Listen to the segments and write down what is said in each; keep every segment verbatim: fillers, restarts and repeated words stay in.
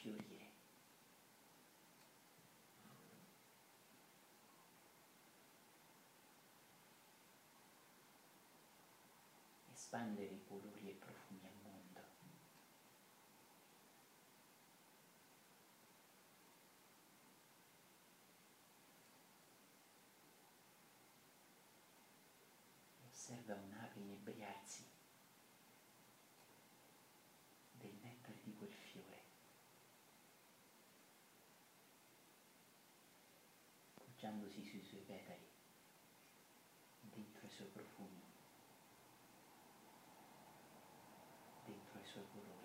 fiorire. Espandere colori e profumi al mondo. E osserva un'ape inebriarsi del nettare di quel fiore, appoggiandosi sui suoi petali, dentro i suoi profumi, dentro i suoi colori.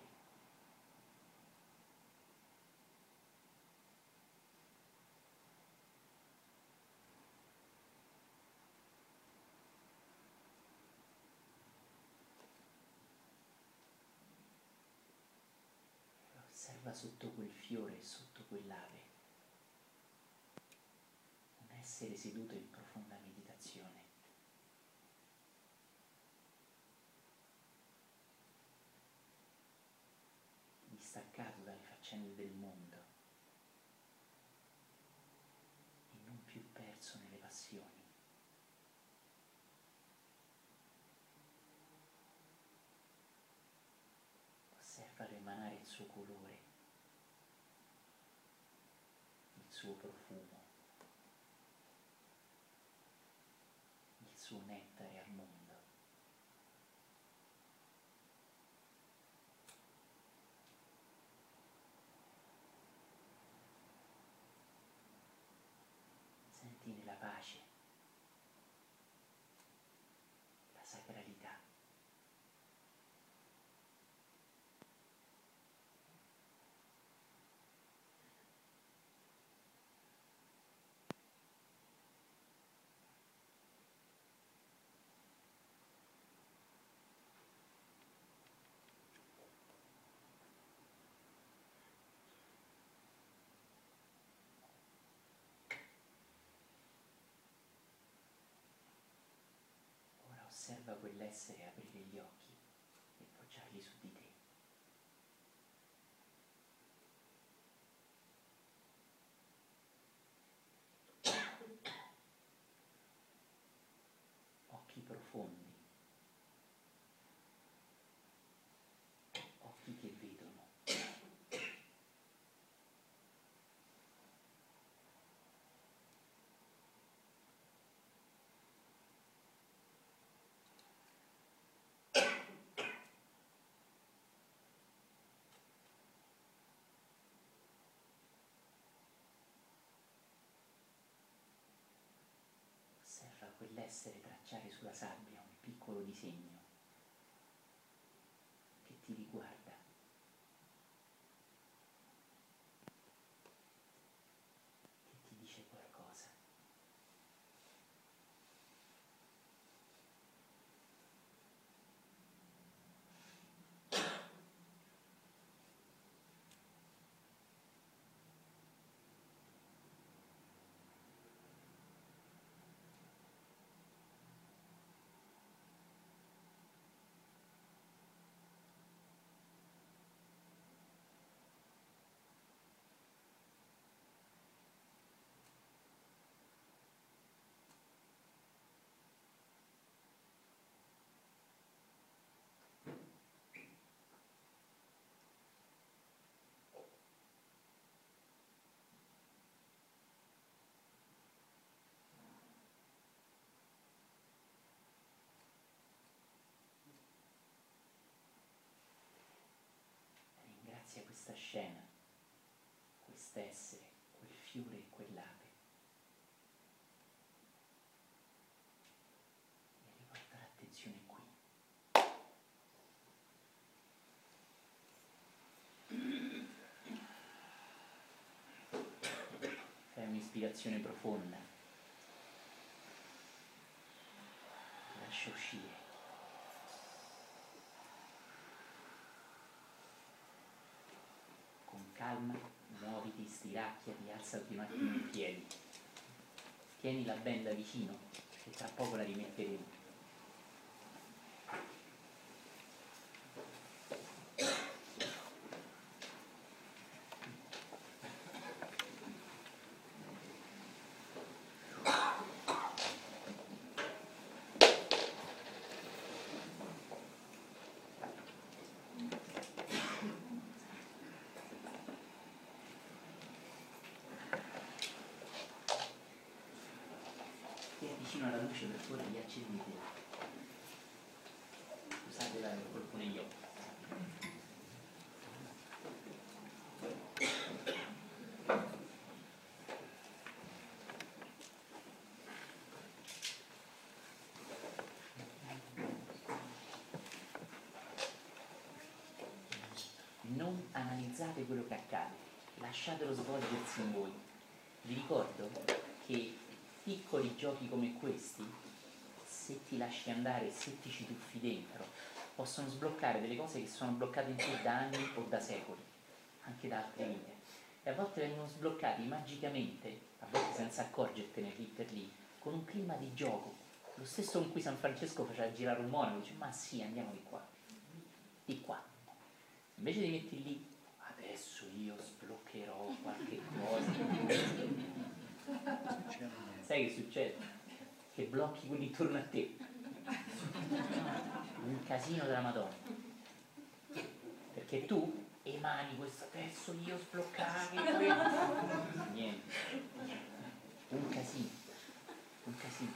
Osserva sotto quel fiore e sotto quell'ape un essere seduto in profonda meditazione. Distaccato dalle faccende del mondo e non più perso nelle passioni. Osservalo emanare il suo colore, il suo profumo, il suo nettare al mondo. Sentine la pace, la sacralità. Ora osserva quell'essere aprire gli occhi e poggiarli su di te. Occhi profondi, occhi che vedono. Osserva quell'essere tracciare sulla sabbia un piccolo disegno che ti riguarda. Che ti dice qualcosa. Ringrazia questa scena, quest'essere, quel fiore e quell'ape. E riporta l'attenzione qui. Fai un'ispirazione profonda. Lascia uscire. Con calma, muoviti, stiracchiati, alzati un attimo in piedi. Tieni la benda vicino, che tra poco la rimetteremo. vicino alla luce, per favore riaccendetela. Usatela per colpo negli occhi. Non analizzate quello che accade, lasciatelo svolgersi in voi. Vi ricordo che piccoli giochi come questi, se ti lasci andare, se ti ci tuffi dentro, possono sbloccare delle cose che sono bloccate in te da anni o da secoli, anche da altre vite. E a volte vengono sbloccati magicamente, a volte senza accorgertene lì per lì, con un clima di gioco. Lo stesso con cui San Francesco faceva girare un monaco, dice ma sì, andiamo di qua, di qua. Invece di metti lì, adesso io sbloccherò qualche cosa. Sai che succede? Che blocchi quelli intorno a te. Un casino della Madonna. Perché tu emani questo, adesso io sbloccavi quello. Niente. Un casino. Un casino.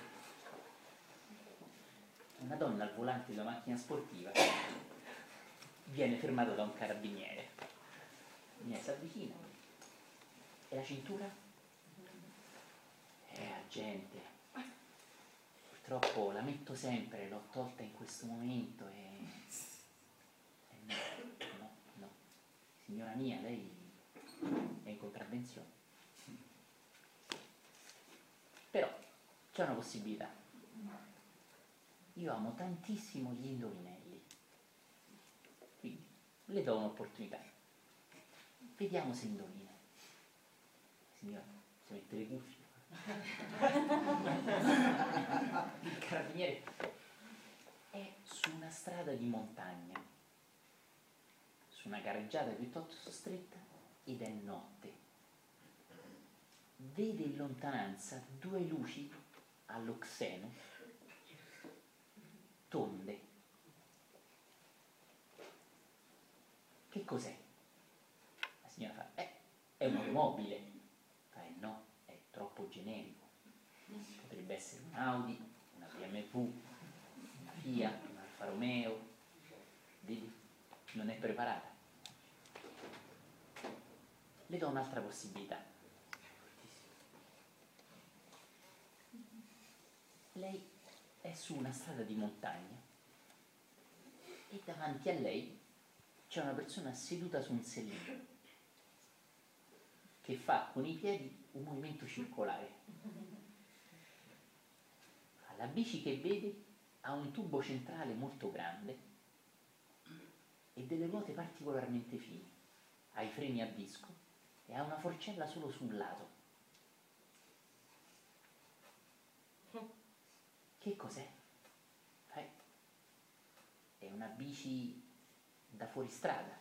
Una donna al volante di una macchina sportiva viene fermata da un carabiniere. Mi si avvicina. E la cintura? Eh, agente. Purtroppo la metto sempre, l'ho tolta in questo momento e... e no, no, no. Signora mia, lei è in contravvenzione. Però c'è una possibilità. Io amo tantissimo gli indovinelli. Quindi le do un'opportunità. Vediamo se indovina. Signora, si mette le cuffie. Il carabiniere è su una strada di montagna, su una carreggiata piuttosto stretta, ed è notte. Vede in lontananza due luci allo xeno, tonde. Che cos'è? La signora fa, eh, è un'automobile. Fa, eh no, è troppo generico. Potrebbe essere un Audi, una B M W, una Fiat, un Alfa Romeo. Vedi? Non è preparata. Le do un'altra possibilità. Lei è su una strada di montagna e davanti a lei c'è una persona seduta su un sellino che fa con i piedi un movimento circolare. La bici che vede ha un tubo centrale molto grande e delle ruote particolarmente fini, ha i freni a disco e ha una forcella solo sul lato. Che cos'è? Eh, è una bici da fuoristrada.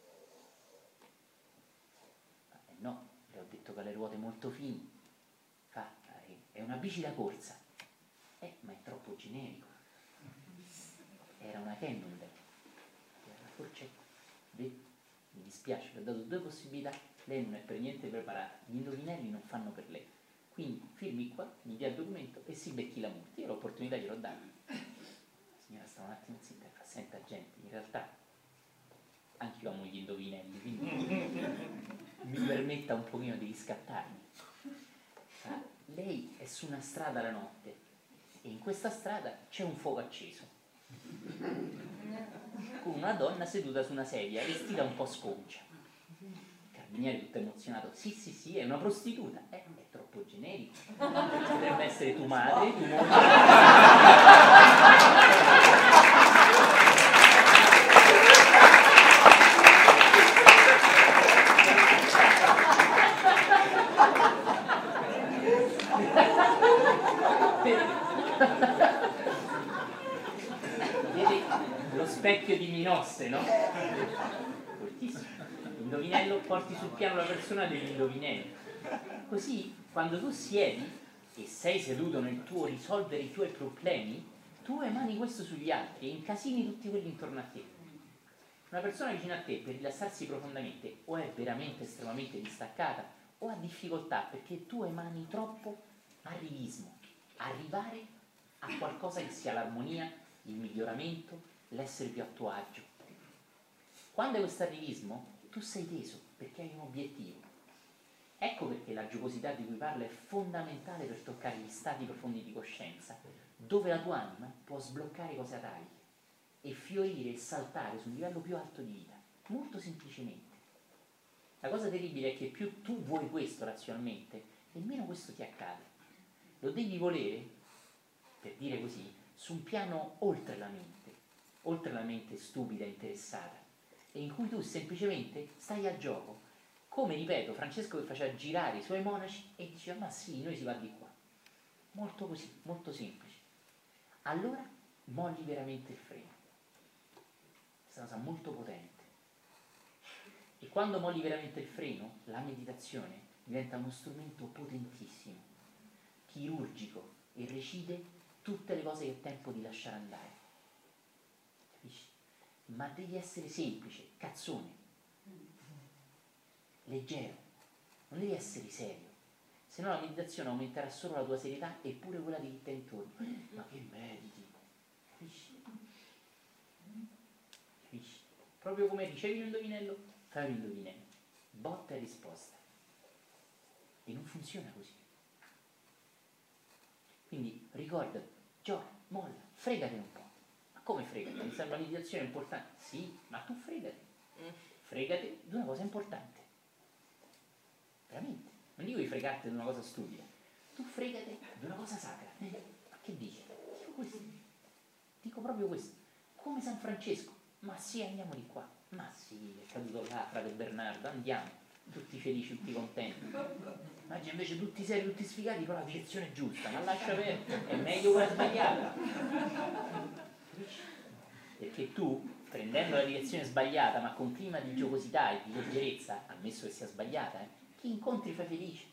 Eh no, le ho detto che ha le ruote molto fini. Fa, è una bici da corsa. Eh, ma è troppo generico. Era una Cannondale. Era la forcetta. Vedi? Mi dispiace, le ho dato due possibilità. Lei non è per niente preparata. Gli indovinelli non fanno per lei. Quindi firmi qua, mi dia il documento e si becchi la multa. Io l'opportunità gliel'ho data. La signora sta un attimo zitta e fa, senta gente, in realtà anche io amo gli indovinelli, quindi mi permetta un pochino di riscattarmi. Fa, lei è su una strada la notte e in questa strada c'è un fuoco acceso con una donna seduta su una sedia vestita un po' sconcia. Il carabiniere tutto emozionato, sì sì sì, è una prostituta. Eh, è troppo generico, potrebbe essere tu madre, tu vedi lo specchio di Minosse, no? Fortissimo. L'indovinello porti sul piano la persona degli indovinelli. Così, quando tu siedi e sei seduto nel tuo risolvere i tuoi problemi, tu emani questo sugli altri e incasini tutti quelli intorno a te. Una persona vicino a te, per rilassarsi profondamente, o è veramente estremamente distaccata, o ha difficoltà perché tu emani troppo arrivismo. arrivare a qualcosa che sia l'armonia, il miglioramento, l'essere più a tuo agio. Quando hai questo arrivismo, tu sei teso perché hai un obiettivo. Ecco perché la giocosità di cui parlo è fondamentale per toccare gli stati profondi di coscienza, dove la tua anima può sbloccare cose ataviche e fiorire e saltare su un livello più alto di vita, molto semplicemente. La cosa terribile è che più tu vuoi questo razionalmente, e meno questo ti accade. Lo devi volere, per dire così, su un piano oltre la mente, oltre la mente stupida e interessata, e in cui tu semplicemente stai a gioco. Come, ripeto, Francesco che faceva girare i suoi monaci e diceva, ma sì, noi si va di qua. Molto così, molto semplice. Allora molli veramente il freno. Questa è una cosa molto potente. E quando molli veramente il freno, la meditazione diventa uno strumento potentissimo, chirurgico, e recide tutte le cose che è tempo di lasciare andare. Capisci? Ma devi essere semplice, cazzone, leggero, non devi essere serio, se no la meditazione aumenterà solo la tua serietà e pure quella di chi ti è intorno. Ma che mediti? Capisci? Capisci? Proprio come ricevi un indovinello, fai un indovinello, botta e risposta, e non funziona così. Quindi ricorda, gioca, molla, fregate un po'. Ma come fregate? Mi sembra una meditazione importante. Sì, ma tu fregate. Fregate di una cosa importante. Veramente. Non dico di fregarti di una cosa stupida. Tu fregate di una cosa sacra. Eh, ma che dici? Dico questo. Dico proprio questo. Come San Francesco. Ma sì, andiamo di qua. Ma sì, è caduto là, frate Bernardo, andiamo. Tutti felici, tutti contenti. Immagina invece tutti seri, tutti sfigati, però la direzione è giusta, ma lascia perdere, è meglio quella sbagliata. Perché tu, prendendo la direzione sbagliata, ma con clima di giocosità e di leggerezza, ammesso che sia sbagliata, eh, chi incontri fai felice.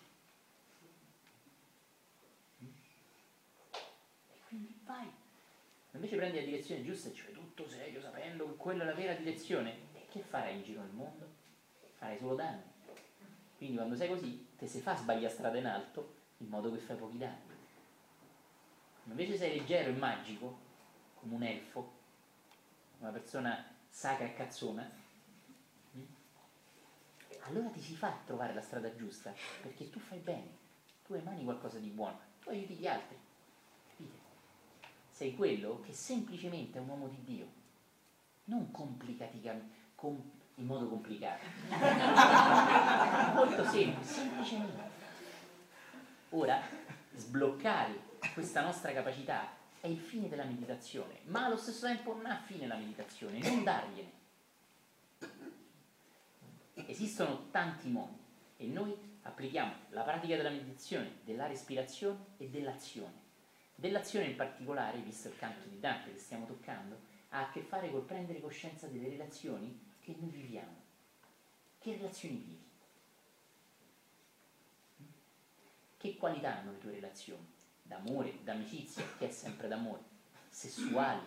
E quindi vai. Invece prendi la direzione giusta e ci fai tutto serio, sapendo che quella è la vera direzione. E che farai in giro al mondo? Farai solo danni. Quindi quando sei così, te se fa sbagliare strada in alto, in modo che fai pochi danni. Invece sei leggero e magico, come un elfo, una persona sacra e cazzona, allora ti si fa trovare la strada giusta, perché tu fai bene, tu emani qualcosa di buono, tu aiuti gli altri. Capite? Sei quello che semplicemente è un uomo di Dio, non complicaticamente, com- in modo complicato. Molto semplice, semplicemente. Ora, sbloccare questa nostra capacità è il fine della meditazione, ma allo stesso tempo non ha fine la meditazione, non dargliene. Esistono tanti modi e noi applichiamo la pratica della meditazione, della respirazione e dell'azione. Dell'azione in particolare, visto il canto di Dante che stiamo toccando, ha a che fare col prendere coscienza delle relazioni che noi viviamo. Che relazioni vivi? Che qualità hanno le tue relazioni? D'amore, d'amicizia, che è sempre d'amore, sessuali.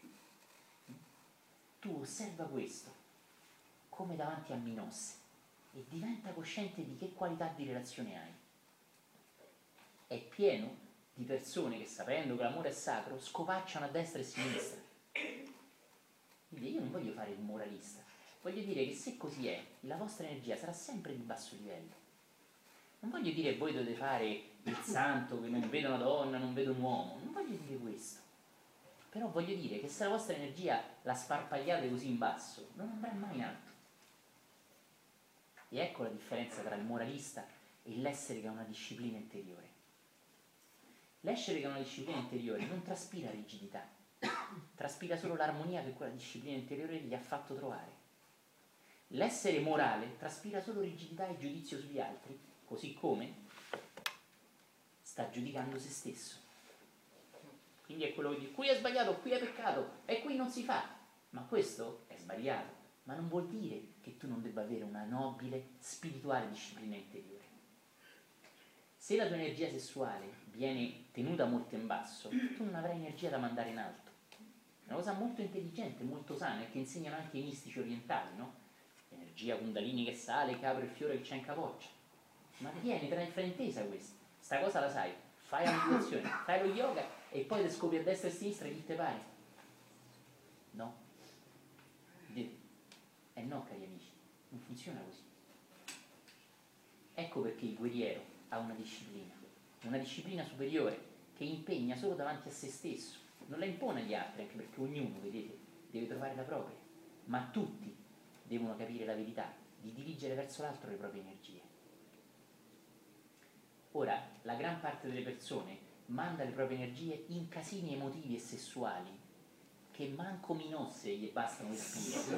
Tu osserva questo, come davanti a Minosse, e diventa cosciente di che qualità di relazione hai. È pieno di persone che, sapendo che l'amore è sacro, scopacciano a destra e a sinistra. Quindi io non voglio fare il moralista, voglio dire che se così è, la vostra energia sarà sempre di basso livello. Non voglio dire che voi dovete fare il santo, che non vedo una donna, non vedo un uomo, non voglio dire questo. Però voglio dire che se la vostra energia la sparpagliate così in basso, non andrà mai in alto. E ecco la differenza tra il moralista e l'essere che ha una disciplina interiore. L'essere che ha una disciplina interiore non traspira rigidità, traspira solo l'armonia che quella disciplina interiore gli ha fatto trovare. L'essere morale traspira solo rigidità e giudizio sugli altri, così come sta giudicando se stesso. Quindi è quello che dice, qui è sbagliato, qui è peccato, e qui non si fa. Ma questo è sbagliato, ma non vuol dire che tu non debba avere una nobile, spirituale disciplina interiore. Se la tua energia sessuale viene tenuta molto in basso, tu non avrai energia da mandare in alto. È una cosa molto intelligente, molto sana, e che insegnano anche i mistici orientali, no? Energia Kundalini che sale, che apre il fiore che c'è in capoccia. Ma tieni, tra in fraintesa questa. Sta cosa la sai, fai la meditazione, fai lo yoga e poi ti scopri a destra e a sinistra chi te pare. No. Vedete? Eh no, cari amici, non funziona così. Ecco perché il guerriero ha una disciplina, una disciplina superiore che impegna solo davanti a se stesso, non la impone agli altri, anche perché ognuno, vedete, deve trovare la propria, ma tutti devono capire la verità di dirigere verso l'altro le proprie energie. Ora, la gran parte delle persone manda le proprie energie in casini emotivi e sessuali che manco minosse gli bastano le spine.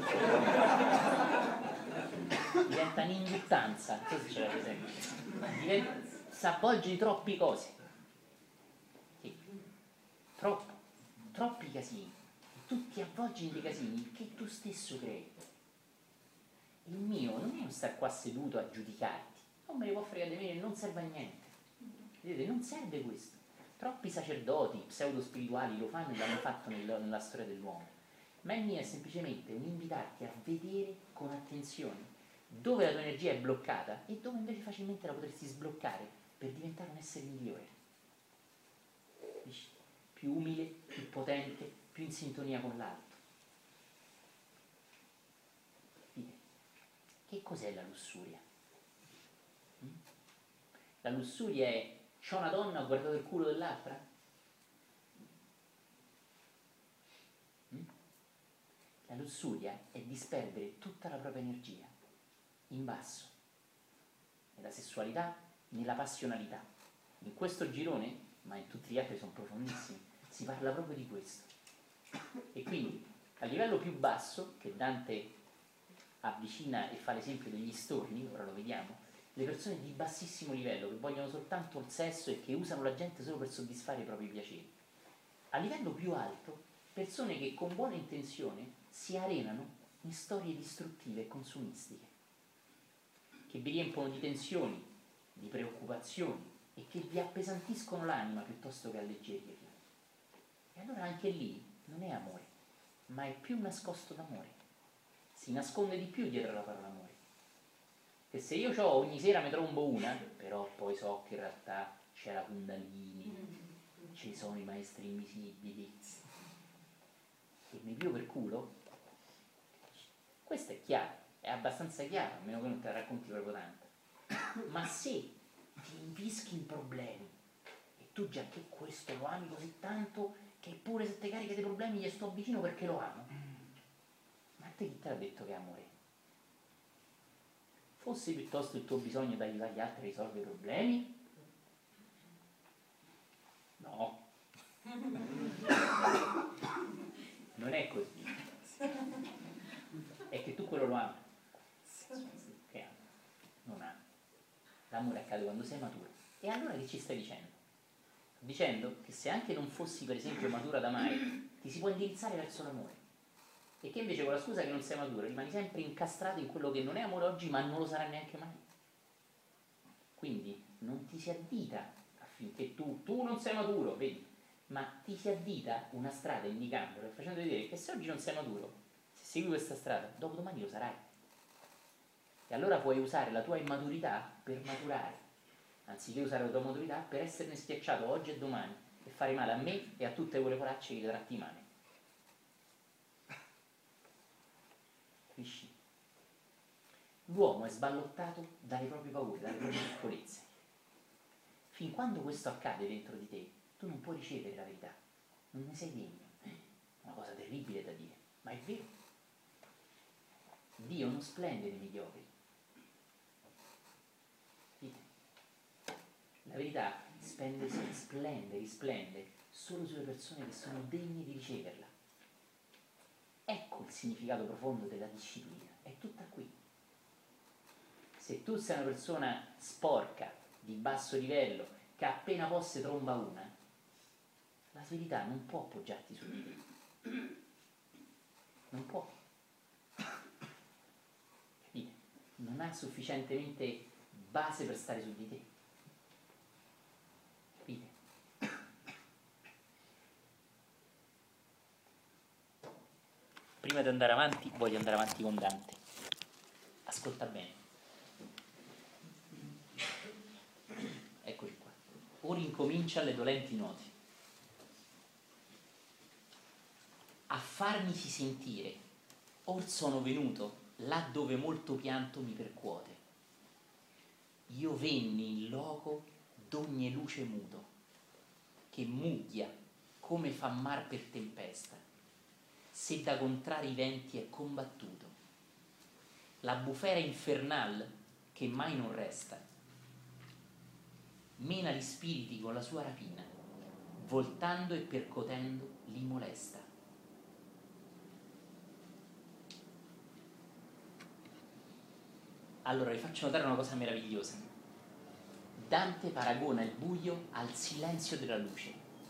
Diventa un'induttanza, non so se ce l'avete presente. Si avvolge di troppe cose. Sì. Troppo, troppi casini. Tu ti avvolgi dei casini che tu stesso crei. Il mio non è un star qua seduto a giudicarti, non me ne può fregare di me, non serve a niente. Vedete, non serve questo. Troppi sacerdoti pseudo spirituali lo fanno e l'hanno fatto nel, nella storia dell'uomo, ma il mio è semplicemente un invitarti a vedere con attenzione dove la tua energia è bloccata e dove invece facilmente la potresti sbloccare per diventare un essere migliore, più umile, più potente, più in sintonia con l'alto. Che cos'è la lussuria? La lussuria è: c'ho una donna, ho guardato il culo dell'altra? La lussuria è disperdere tutta la propria energia in basso, nella sessualità, nella passionalità. In questo girone, ma in tutti gli altri sono profondissimi, si parla proprio di questo. E quindi a livello più basso, che Dante avvicina e fa l'esempio degli storni, ora lo vediamo, le persone di bassissimo livello che vogliono soltanto il sesso e che usano la gente solo per soddisfare i propri piaceri. A livello più alto, persone che con buona intenzione si arenano in storie distruttive e consumistiche, che vi riempono di tensioni, di preoccupazioni e che vi appesantiscono l'anima piuttosto che alleggerirla. E allora anche lì non è amore, ma è più nascosto d'amore. Si nasconde di più dietro la parola amore. Che se io c'ho ogni sera mi trombo una, però poi so che in realtà c'è la Kundalini, ci sono i maestri invisibili e mi pio per culo, questo è chiaro, è abbastanza chiaro, a meno che non te la racconti proprio tanto. Ma se ti invischi in problemi e tu già che questo lo ami così tanto che pure se ti carica dei problemi gli sto vicino perché lo amo, ma a te chi te l'ha detto che è amore? Fosse piuttosto il tuo bisogno di aiutare gli altri a risolvere i problemi? No. Non è così. È che tu quello lo ami. Che ami? Non ami. L'amore accade quando sei maturo. E allora che ci stai dicendo? Dicendo che se anche non fossi per esempio matura da mai, ti si può indirizzare verso l'amore. E che invece con la scusa che non sei maturo rimani sempre incastrato in quello che non è amore oggi ma non lo sarà neanche mai. Quindi non ti si addita affinché tu, tu non sei maturo, vedi, ma ti si addita una strada indicandolo e facendo vedere che se oggi non sei maturo, se segui questa strada, dopodomani lo sarai. E allora puoi usare la tua immaturità per maturare, anziché usare la tua maturità per esserne schiacciato oggi e domani e fare male a me e a tutte quelle poracce che ti tratti male. Capisci? L'uomo è sballottato dalle proprie paure, dalle proprie piccolezze. Fin quando questo accade dentro di te, tu non puoi ricevere la verità, non ne sei degno. È una cosa terribile da dire, ma è vero. Dio non splende nei mediocri. La verità spende, splende, risplende solo sulle persone che sono degne di riceverla. Ecco il significato profondo della disciplina, è tutta qui. Se tu sei una persona sporca, di basso livello, che appena posse tromba una, la verità non può appoggiarti su di te. Non può. Capite? Non ha sufficientemente base per stare su di te. Capite? Prima di andare avanti, voglio andare avanti con Dante. Ascolta bene. Eccoci qua. Ora incomincia le dolenti note a farmisi sentire, or sono venuto là dove molto pianto mi percuote. Io venni in loco d'ogni luce muto, che mughia come fa mar per tempesta, se da contrari venti è combattuto. La bufera infernal che mai non resta, mena gli spiriti con la sua rapina, voltando e percotendo li molesta. Allora vi faccio notare una cosa meravigliosa. Dante paragona il buio al silenzio della luce.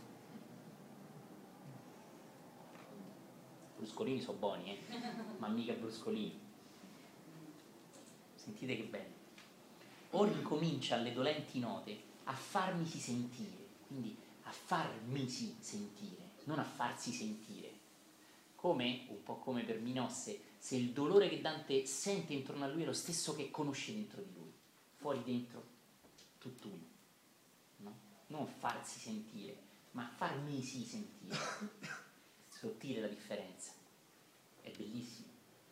Bruscolini sono buoni, eh? Ma mica bruscolini. Sentite che bello. Or incomincia alle dolenti note a farmisi sentire, quindi a farmisi sentire, non a farsi sentire. Come, un po' come per Minosse, se il dolore che Dante sente intorno a lui è lo stesso che conosce dentro di lui, fuori dentro tutt'uno, no? Non farsi sentire, ma farmisi sentire. Sottile la differenza, è bellissimo.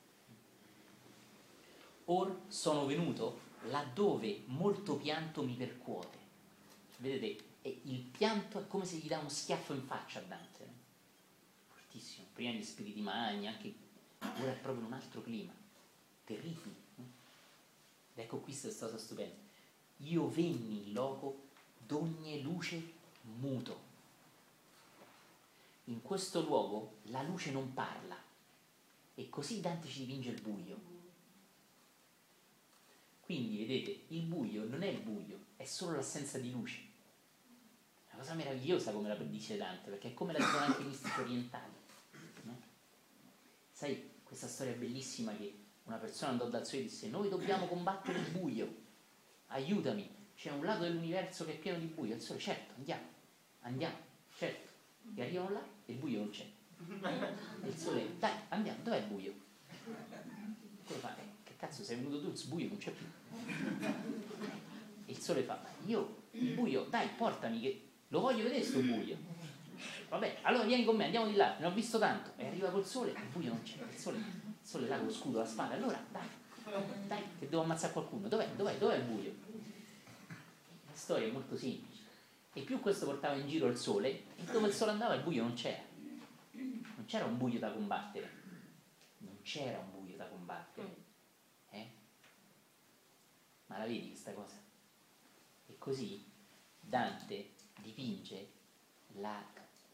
Or sono venuto laddove molto pianto mi percuote. Vedete, il pianto è come se gli dà uno schiaffo in faccia a Dante, no? Fortissimo, prima gli spiriti magni, anche ora è proprio un altro clima, terribile, no? Ed ecco qui questa cosa stupenda. Io venni in loco d'ogni luce muto. In questo luogo la luce non parla, e così Dante ci dipinge il buio. Quindi vedete, il buio non è il buio, è solo l'assenza di luce. È una cosa meravigliosa come la dice Dante, perché è come la dicono anche i mistici orientali, no? Sai, questa storia bellissima che una persona andò dal sole e disse: noi dobbiamo combattere il buio, aiutami, c'è un lato dell'universo che è pieno di buio. Il sole: certo, andiamo, andiamo, certo. E arrivano là e il buio non c'è. E il sole: dai, andiamo, dov'è il buio? Quello fa: eh, che cazzo, sei venuto tu, il buio non c'è più. E il sole fa: io, il buio, dai, portami che lo voglio vedere sto buio. Vabbè, allora vieni con me, andiamo di là, ne ho visto tanto. E arriva col sole, il buio non c'è, il sole, il sole là con lo scudo, la spada. Allora, dai, dai, che devo ammazzare qualcuno. Dov'è, dov'è, dov'è il buio? La storia è molto semplice. E più questo portava in giro il sole, e dove il sole andava il buio non c'era. Non c'era un buio da combattere. Non c'era un buio da combattere. Eh? Ma la vedi questa cosa? E così Dante dipinge la,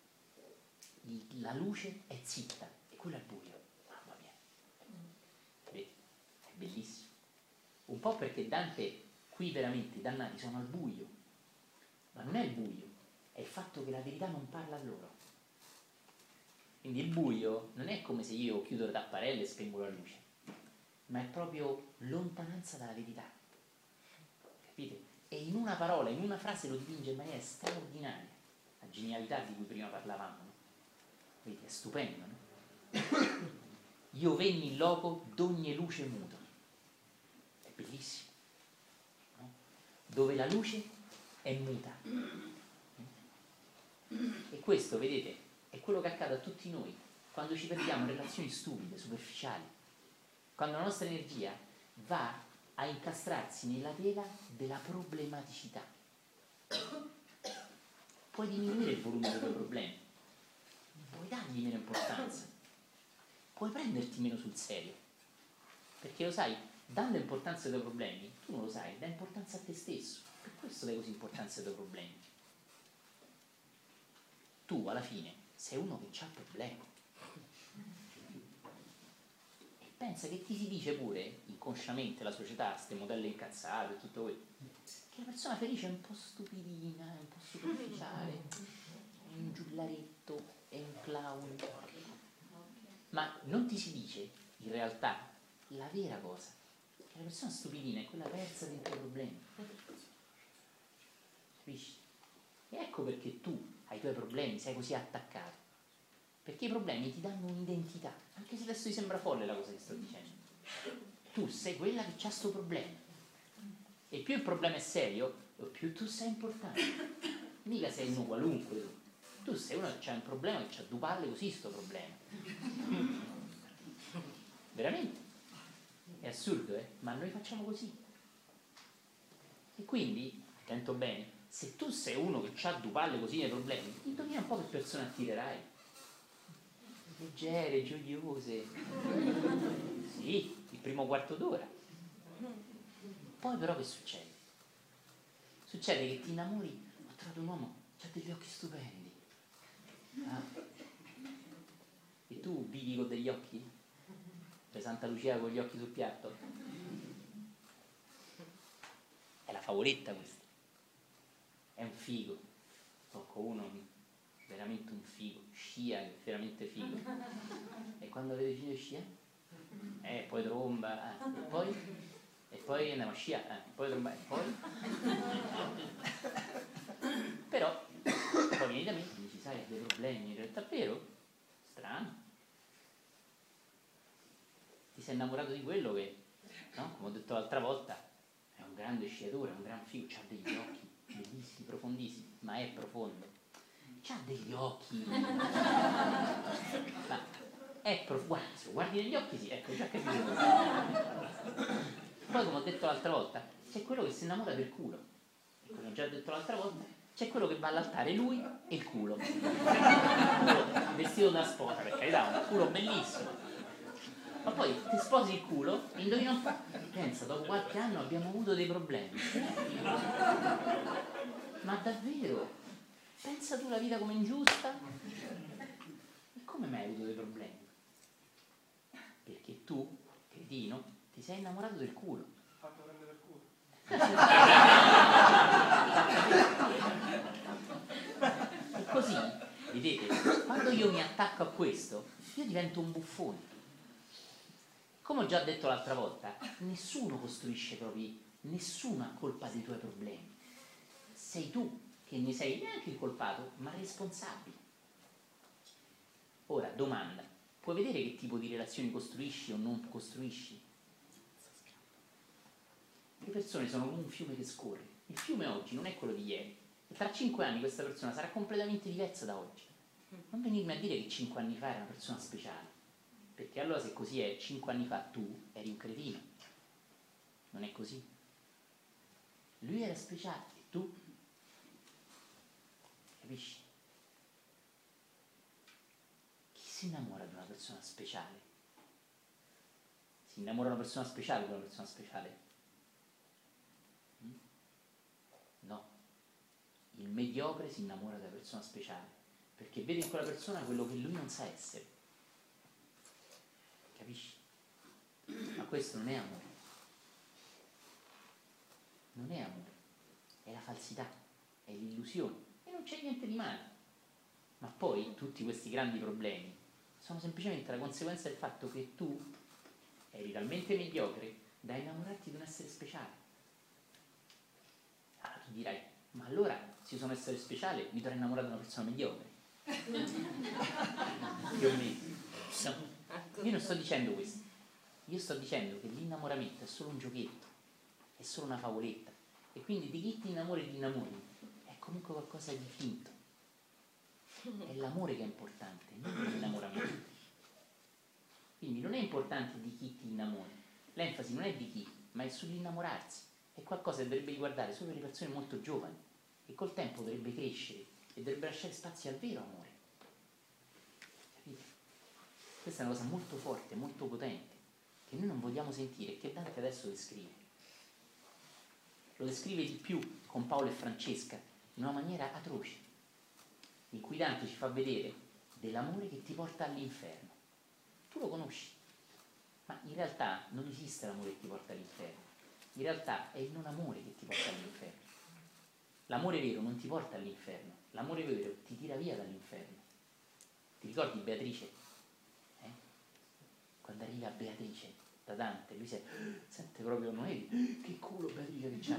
la luce è zitta e quello è il buio. Mamma mia. Vedi? È bellissimo. Un po' perché Dante qui veramente i dannati sono al buio. Ma non è il buio, è il fatto che la verità non parla a loro. Quindi il buio non è come se io chiudo le tapparelle e spengo la luce, ma è proprio lontananza dalla verità. Capite? E in una parola, in una frase lo dipinge in maniera straordinaria. La genialità di cui prima parlavamo, no? Vedete, è stupendo, no? Io venni in loco d'ogni luce muto. È bellissimo, no? Dove la luce è muta. E questo, vedete, è quello che accade a tutti noi quando ci perdiamo in relazioni stupide, superficiali, quando la nostra energia va a incastrarsi nella tela della problematicità. Puoi diminuire il volume dei tuoi problemi, puoi dargli meno importanza, puoi prenderti meno sul serio, perché lo sai, dando importanza ai tuoi problemi, tu non lo sai, dai importanza a te stesso. Per questo dai così importanza ai tuoi problemi. Tu alla fine sei uno che ha problemi. E pensa che ti si dice pure, inconsciamente, la società, queste modelle incazzate e tutto quello, che la persona felice è un po' stupidina, è un po' superficiale, è un giullaretto, è un clown. Ma non ti si dice, in realtà, la vera cosa, che la persona stupidina è quella persa dentro i problemi. Capisci? E ecco perché tu ai tuoi problemi sei così attaccato, perché i problemi ti danno un'identità, anche se adesso ti sembra folle la cosa che sto dicendo. Tu sei quella che c'ha sto problema, e più il problema è serio, più tu sei importante. Mica sei uno qualunque tu. Tu sei uno che ha un problema, che ha due palle così sto problema. Veramente. È assurdo, eh? Ma noi facciamo così. E quindi, attento bene, se tu sei uno che ha due palle così nei problemi, indovina un po' che persone attirerai. Leggere, gioiose. Sì, il primo quarto d'ora. Poi però che succede? Succede che ti innamori, ho trovato un uomo, ha degli occhi stupendi. Ah. E tu vivi con degli occhi? Per Santa Lucia con gli occhi sul piatto? È la favoletta questa. È un figo. Tocco uno, veramente un figo. Scia, è veramente figo. E quando vede finito scia? Eh, poi tromba. Eh. E poi? E poi andiamo a sciare. Eh. Poi tromba. E poi? Però, poi vieni da me e dici, sai, ha dei problemi. In realtà è vero? Strano. Ti sei innamorato di quello che, no? Come ho detto l'altra volta, è un grande sciatore, è un gran figo, ha degli occhi bellissimi, profondissimi, ma è profondo. C'ha degli occhi. Ma è profondo. Guarda, se guardi negli occhi, sì, ecco, già capito. Poi, come ho detto l'altra volta, c'è quello che si innamora del culo. E come ho già detto l'altra volta, c'è quello che va all'altare, lui e il culo. Il culo vestito da sposa, per carità, un culo bellissimo. Ma poi ti sposi il culo e indovina un po'. Pensa, dopo qualche anno abbiamo avuto dei problemi. Ma davvero? Pensa tu la vita come ingiusta? E come mai hai avuto dei problemi? Perché tu, cretino, ti sei innamorato del culo. Fatto prendere il culo. E così, vedete, quando io mi attacco a questo, io divento un buffone. Come ho già detto l'altra volta, nessuno costruisce propri, nessuno ha colpa dei tuoi problemi. Sei tu che ne sei neanche incolpato, ma responsabile. Ora, domanda, puoi vedere che tipo di relazioni costruisci o non costruisci? Le persone sono come un fiume che scorre. Il fiume oggi non è quello di ieri. E tra cinque anni questa persona sarà completamente diversa da oggi. Non venirmi a dire che cinque anni fa era una persona speciale. Perché allora se così è, cinque anni fa tu eri un cretino. Non è così. Lui era speciale e tu? Capisci? Chi si innamora di una persona speciale? Si innamora di una persona speciale di una persona speciale? No. Il mediocre si innamora della persona speciale perché vede in quella persona quello che lui non sa essere. Capisci? Ma questo non è amore. Non è amore. È la falsità, è l'illusione. E non c'è niente di male. Ma poi tutti questi grandi problemi sono semplicemente la conseguenza del fatto che tu eri talmente mediocre da innamorarti di un essere speciale. Allora tu dirai, ma allora se io sono essere speciale mi dovrei innamorare di una persona mediocre. Più o meno. No. Io non sto dicendo questo, io sto dicendo che l'innamoramento è solo un giochetto, è solo una favoletta, e quindi di chi ti innamori e ti innamori è comunque qualcosa di finto. È l'amore che è importante, non l'innamoramento. Quindi non è importante di chi ti innamori, l'enfasi non è di chi, ma è sull'innamorarsi. È qualcosa che dovrebbe riguardare solo le persone molto giovani, e col tempo dovrebbe crescere e dovrebbe lasciare spazio al vero amore. Questa è una cosa molto forte, molto potente, che noi non vogliamo sentire e che Dante adesso descrive. Lo descrive di più con Paolo e Francesca in una maniera atroce, in cui Dante ci fa vedere dell'amore che ti porta all'inferno. Tu lo conosci, ma in realtà non esiste l'amore che ti porta all'inferno. In realtà è il non amore che ti porta all'inferno. L'amore vero non ti porta all'inferno, l'amore vero ti tira via dall'inferno. Ti ricordi Beatrice? Quando arriva Beatrice da Dante, lui si sente proprio Noemi, che culo Beatrice che c'ha.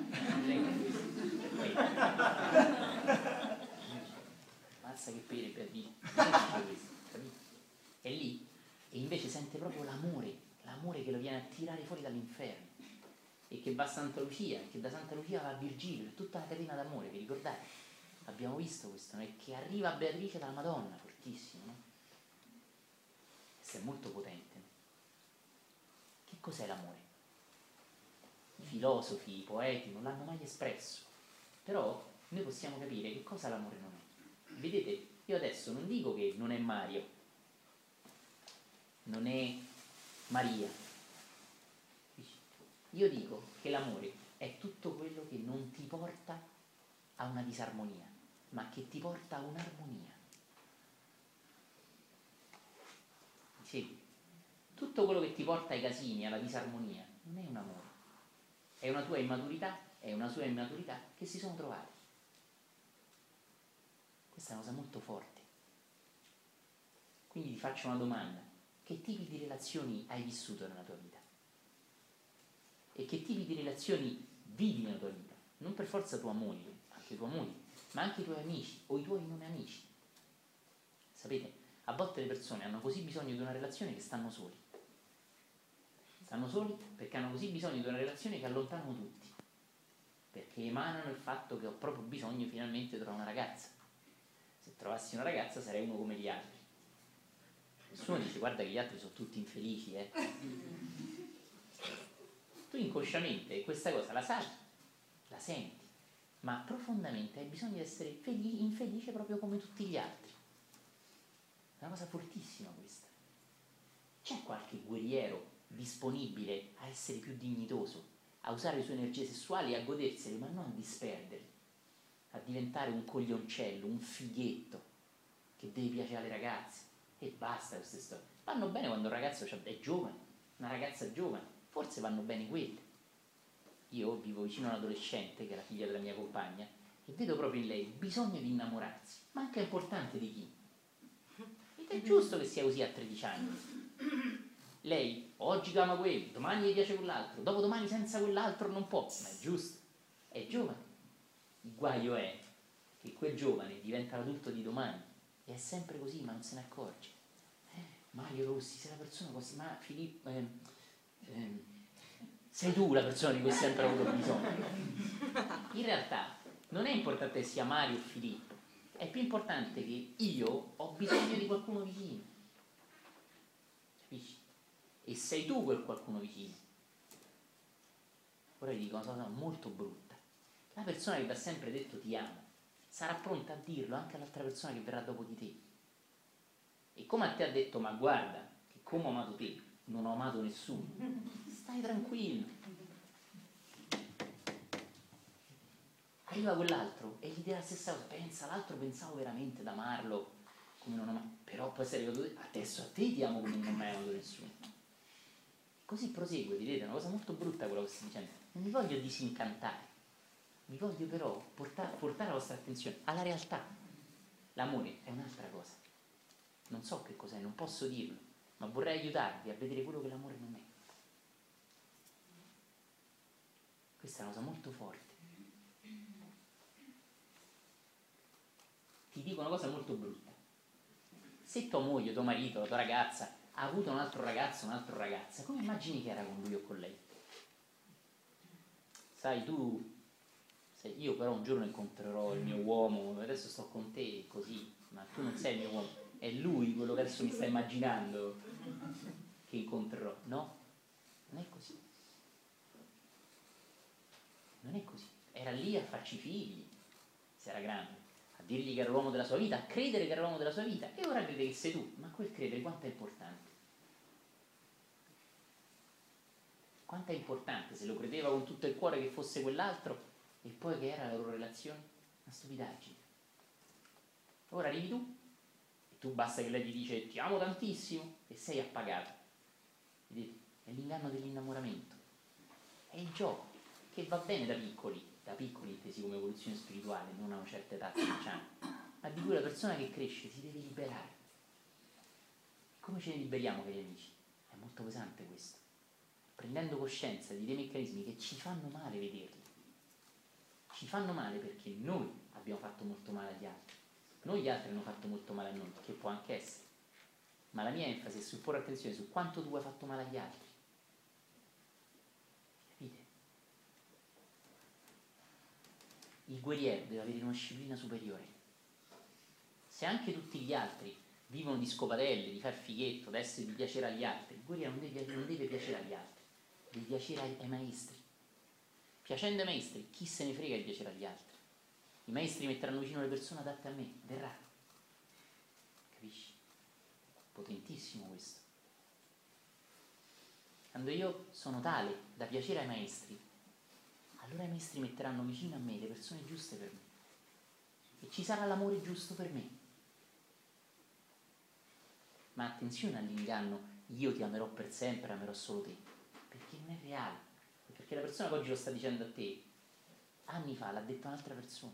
Mazza che pene Beatrice, capito? E lì, e invece sente proprio l'amore, l'amore che lo viene a tirare fuori dall'inferno. E che va a Santa Lucia, che da Santa Lucia va a Virgilio, è tutta una catena d'amore, vi ricordate? abbiamo visto questo, no? Che arriva a Beatrice dalla Madonna, fortissimo, no? Questo è molto potente, no? Che cos'è l'amore? I filosofi, i poeti non l'hanno mai espresso, però noi possiamo capire che cosa l'amore non è. Vedete, io adesso non dico che non è Mario, non è Maria, io dico che l'amore è tutto quello che non ti porta a una disarmonia, ma che ti porta a un'armonia. Mi segui? Tutto quello che ti porta ai casini, alla disarmonia, non è un amore, è una tua immaturità, è una sua immaturità che si sono trovati. Questa è una cosa molto forte. Quindi ti faccio una domanda: che tipi di relazioni hai vissuto nella tua vita? E che tipi di relazioni vivi nella tua vita? Non per forza tua moglie, anche tua moglie, ma anche i tuoi amici o i tuoi non amici. Sapete, a volte le persone hanno così bisogno di una relazione che stanno soli. Stanno soli perché hanno così bisogno di una relazione che allontanano tutti, perché emanano il fatto che ho proprio bisogno finalmente di trovare una ragazza. Se trovassi una ragazza sarei uno come gli altri. Nessuno dice guarda che gli altri sono tutti infelici, eh. Tu inconsciamente questa cosa la sai, la senti, ma profondamente hai bisogno di essere felice, infelice proprio come tutti gli altri. È una cosa fortissima questa. C'è qualche guerriero disponibile a essere più dignitoso, a usare le sue energie sessuali e a godersele, ma non a disperderle, a diventare un coglioncello, un fighetto che deve piacere alle ragazze e basta queste storie. Vanno bene quando un ragazzo è giovane, una ragazza giovane, forse vanno bene quelle. Io vivo vicino a un adolescente che è la figlia della mia compagna e vedo proprio in lei il bisogno di innamorarsi, ma anche importante di chi? Ed è giusto che sia così a tredici anni. Lei oggi ama quello, domani gli piace quell'altro, dopodomani senza quell'altro non può, ma è giusto, è giovane. Il guaio è che quel giovane diventa l'adulto di domani e è sempre così, ma non se ne accorge. Eh, Mario Rossi, sei la persona così, ma Filippo, eh, eh, sei tu la persona di cui hai sempre avuto bisogno. In realtà non è importante che sia Mario o Filippo, è più importante che io ho bisogno di qualcuno vicino, capisci? E sei tu quel qualcuno vicino. Ora vi dico una cosa molto brutta: la persona che ti ha sempre detto ti amo sarà pronta a dirlo anche all'altra persona che verrà dopo di te, e come a te ha detto ma guarda che come ho amato te non ho amato nessuno, stai tranquillo. Arriva quell'altro e gli dirà la stessa cosa, pensa, l'altro pensavo veramente ad amarlo come non amato, però poi sei arrivato te, adesso a te ti amo come non ho mai amato nessuno. Così prosegue, vedete, è una cosa molto brutta quello che sto dicendo. Non vi voglio disincantare, vi voglio però portare, portare la vostra attenzione alla realtà. L'amore è un'altra cosa, non so che cos'è, non posso dirlo, ma vorrei aiutarvi a vedere quello che l'amore non è. Questa è una cosa molto forte. Ti dico una cosa molto brutta: se tua moglie, tuo marito, la tua ragazza ha avuto un altro ragazzo, un'altra ragazza, come immagini che era con lui o con lei? Sai, tu, sai, io però un giorno incontrerò il mio uomo, adesso sto con te così, ma tu non sei il mio uomo, è lui quello che adesso mi sta immaginando che incontrerò. No, non è così. Non è così. Era lì a farci figli, se era grande, a dirgli che era l'uomo della sua vita, a credere che era l'uomo della sua vita, e ora crede che sei tu. Ma quel credere quanto è importante? Quanto è importante se lo credeva con tutto il cuore che fosse quell'altro e poi che era la loro relazione? Una stupidaggine. Ora arrivi tu e tu basta che lei ti dice ti amo tantissimo e sei appagato. Vedete? È l'inganno dell'innamoramento, è il gioco che va bene da piccoli, da piccoli intesi come evoluzione spirituale, non a una certa età, tredici anni, ma di cui la persona che cresce si deve liberare. Come ce ne liberiamo, cari amici? È molto pesante questo, prendendo coscienza di dei meccanismi che ci fanno male vederli. Ci fanno male perché noi abbiamo fatto molto male agli altri, noi gli altri hanno fatto molto male a noi, che può anche essere, ma la mia enfasi è sul porre attenzione su quanto tu hai fatto male agli altri. Capite? il guerriero deve avere una disciplina superiore. Se anche tutti gli altri vivono di scopatelle, di far fighetto, d'essere di piacere agli altri, il guerriero non deve, non deve piacere agli altri, deve piacere ai, ai maestri. Piacendo ai maestri, chi se ne frega di piacere agli altri? I maestri metteranno vicino le persone adatte a me, verrà. Capisci? Potentissimo questo. Quando io sono tale da piacere ai maestri, allora i maestri metteranno vicino a me le persone giuste per me e ci sarà l'amore giusto per me. Ma attenzione all'inganno, io ti amerò per sempre, amerò solo te, perché non è reale, perché la persona che oggi lo sta dicendo a te anni fa l'ha detto a un'altra persona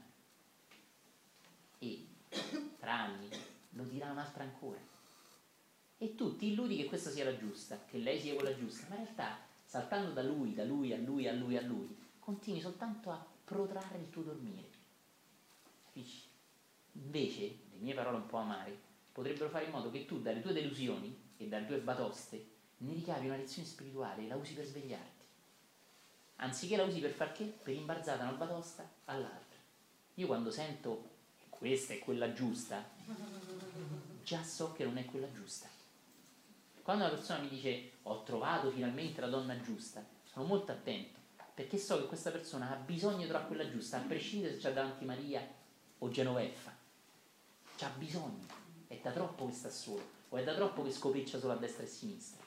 e tra anni lo dirà un'altra ancora e tu ti illudi che questa sia la giusta, che lei sia quella giusta, ma in realtà saltando da lui, da lui a lui, a lui, a lui, continui soltanto a protrarre il tuo dormire. Capisci? Invece, le mie parole un po' amare potrebbero fare in modo che tu dalle tue delusioni e dalle tue batoste ne ricavi una lezione spirituale e la usi per svegliarti, anziché la usi per far che? Per imbarzare da una batosta all'altra. Io quando sento questa è quella giusta, già so che non è quella giusta. Quando una persona mi dice ho trovato finalmente la donna giusta, sono molto attento, perché so che questa persona ha bisogno di trovare quella giusta, a prescindere se c'ha davanti Maria o Genoveffa. C'ha bisogno, è da troppo che sta solo, o è da troppo che scopiccia solo a destra e a sinistra.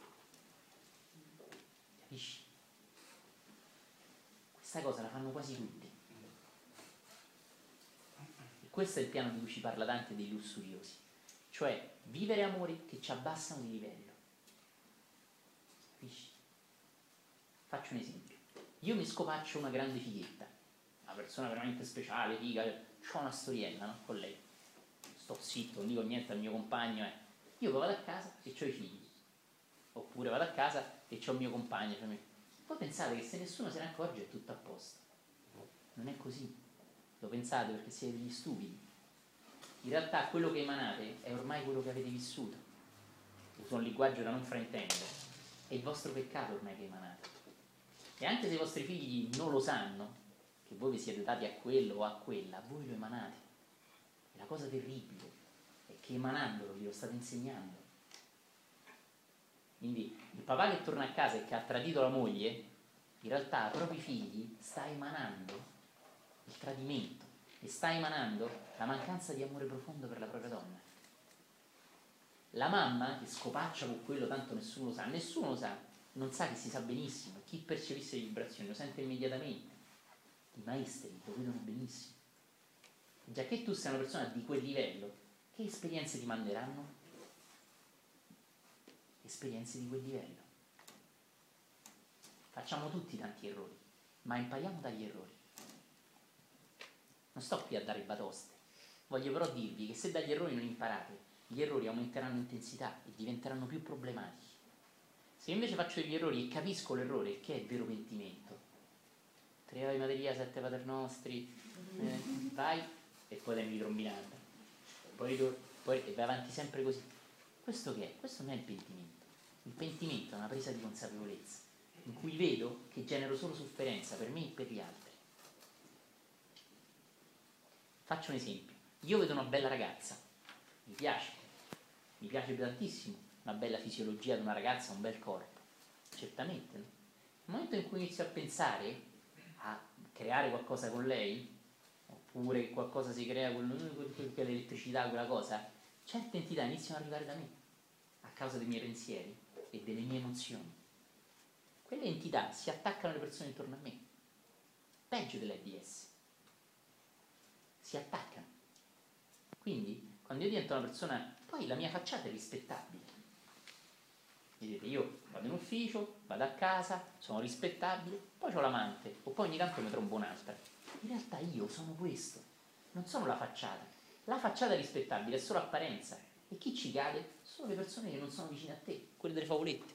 Capisci? Questa cosa la fanno quasi tutti. E questo è il piano di cui ci parla Dante dei lussuriosi, cioè vivere amori che ci abbassano di livello. Capisci? Faccio un esempio. Io mi scopaccio una grande fighetta, una persona veramente speciale, figa, ho una storiella, no? Con lei. Sto zitto, non dico niente al mio compagno, eh. Io vado a casa e ho i figli. Oppure vado a casa e ho il mio compagno. Cioè, voi pensate che se nessuno se ne accorge è tutto a posto. Non è così. Lo pensate perché siete degli stupidi. In realtà quello che emanate è ormai quello che avete vissuto. Uso un linguaggio da non fraintendere. È il vostro peccato ormai che emanate. E anche se i vostri figli non lo sanno, che voi vi siete dati a quello o a quella, voi lo emanate. E la cosa terribile è che emanandolo glielo state insegnando. Quindi il papà che torna a casa e che ha tradito la moglie, in realtà ai propri figli sta emanando il tradimento e sta emanando la mancanza di amore profondo per la propria donna. La mamma che scopaccia con quello, tanto nessuno lo sa, nessuno lo sa, non sa che si sa benissimo, chi percepisce le vibrazioni lo sente immediatamente, i maestri lo vedono benissimo. Già che tu sei una persona di quel livello, che esperienze ti manderanno? Esperienze di quel livello. Facciamo tutti tanti errori, ma impariamo dagli errori. Non sto qui a dare batoste, voglio però dirvi che se dagli errori non imparate, gli errori aumenteranno in intensità e diventeranno più problematici. Se invece faccio degli errori e capisco l'errore, che è il vero pentimento, tre Ave Maria, sette Pater Nostri, eh, vai e poi dai micrombinata, poi, poi e vai avanti sempre così. Questo che è? Questo non è il pentimento. Il pentimento è una presa di consapevolezza in cui vedo che genero solo sofferenza per me e per gli altri. Faccio un esempio. Io vedo una bella ragazza, mi piace, mi piace tantissimo una bella fisiologia di una ragazza, un bel corpo, certamente, no? Nel momento in cui inizio a pensare a creare qualcosa con lei, oppure che qualcosa si crea con l'elettricità, quella cosa, certe entità iniziano ad arrivare da me a causa dei miei pensieri e delle mie emozioni. Quelle entità si attaccano alle persone intorno a me, peggio dell'A I D S, si attaccano. Quindi quando io divento una persona, poi la mia facciata è rispettabile. Vedete, io vado in ufficio, vado a casa, sono rispettabile, poi ho l'amante, o poi ogni tanto mi trombo un'altra. In realtà io sono questo, non sono la facciata. La facciata rispettabile è solo apparenza, e chi ci cade sono le persone che non sono vicine a te, quelle delle favolette.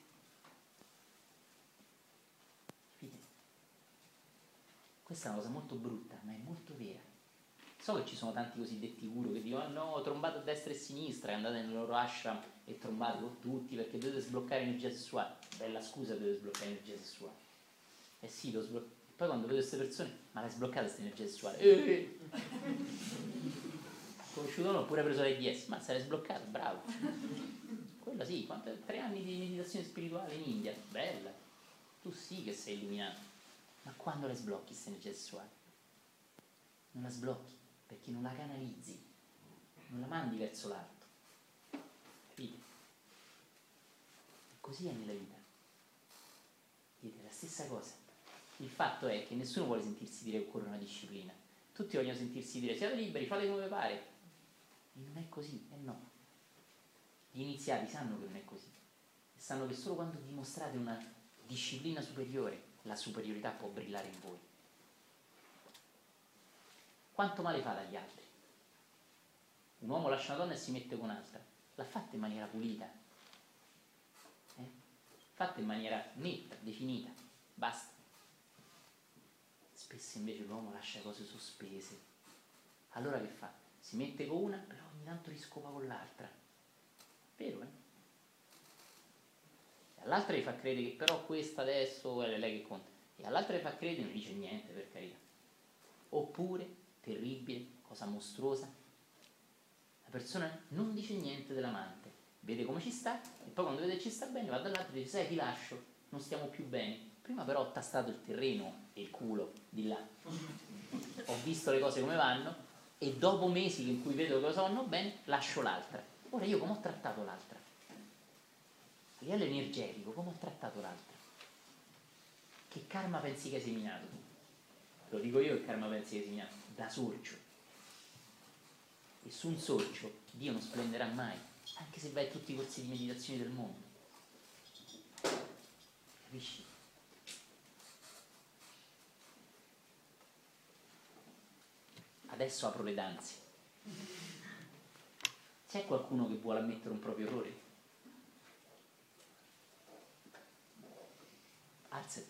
Capite? Questa è una cosa molto brutta, ma è molto vera. So che ci sono tanti cosiddetti guru che dicono: ah no, ho trombato a destra e a sinistra, e andate nel loro ashram e trombate con tutti perché dovete sbloccare energia sessuale. Bella scusa, dovete sbloccare energia sessuale. Eh sì, lo sbloccare. Poi quando vedo queste persone, ma l'hai sbloccata questa energia sessuale? Eh! Conosciuto uno, oppure preso l'A D S, ma se l'hai sbloccata, bravo. Quello sì, quanto, tre anni di meditazione spirituale in India, bella. Tu sì che sei illuminato. Ma quando la sblocchi questa energia sessuale? Non la sblocchi, perché non la canalizzi, non la mandi verso l'alto. Capite? E così è nella vita. Vedete, è la stessa cosa. Il fatto è che nessuno vuole sentirsi dire che occorre una disciplina. Tutti vogliono sentirsi dire siate liberi, fate come pare. E non è così, e no. Gli iniziati sanno che non è così. E sanno che solo quando dimostrate una disciplina superiore, la superiorità può brillare in voi. Quanto male fate agli altri? Un uomo lascia una donna e si mette con un'altra. L'ha fatta in maniera pulita. Eh? Fatta in maniera netta, definita. Basta. Spesso invece l'uomo lascia cose sospese. Allora che fa? Si mette con una, però ogni tanto riscopa con l'altra. Vero, eh? E all'altra gli fa credere che però questa adesso è lei che conta. E all'altra gli fa credere e non dice niente, per carità. Oppure, terribile, cosa mostruosa, la persona non dice niente dell'amante, vede come ci sta e poi quando vede che ci sta bene va dall'altro e dice sai ti lascio, non stiamo più bene. Prima però ho tastato il terreno e il culo di là, ho visto le cose come vanno e dopo mesi in cui vedo che cosa vanno bene lascio l'altra. Ora io come ho trattato l'altra? A livello energetico come ho trattato l'altra? Che karma pensi che hai seminato tu? Lo dico io che karma pensi che hai seminato? Da sorcio. E su un sorcio Dio non splenderà mai, anche se vai a tutti i corsi di meditazione del mondo. Capisci? Adesso apro le danze. C'è qualcuno che vuole ammettere un proprio errore? Alzati.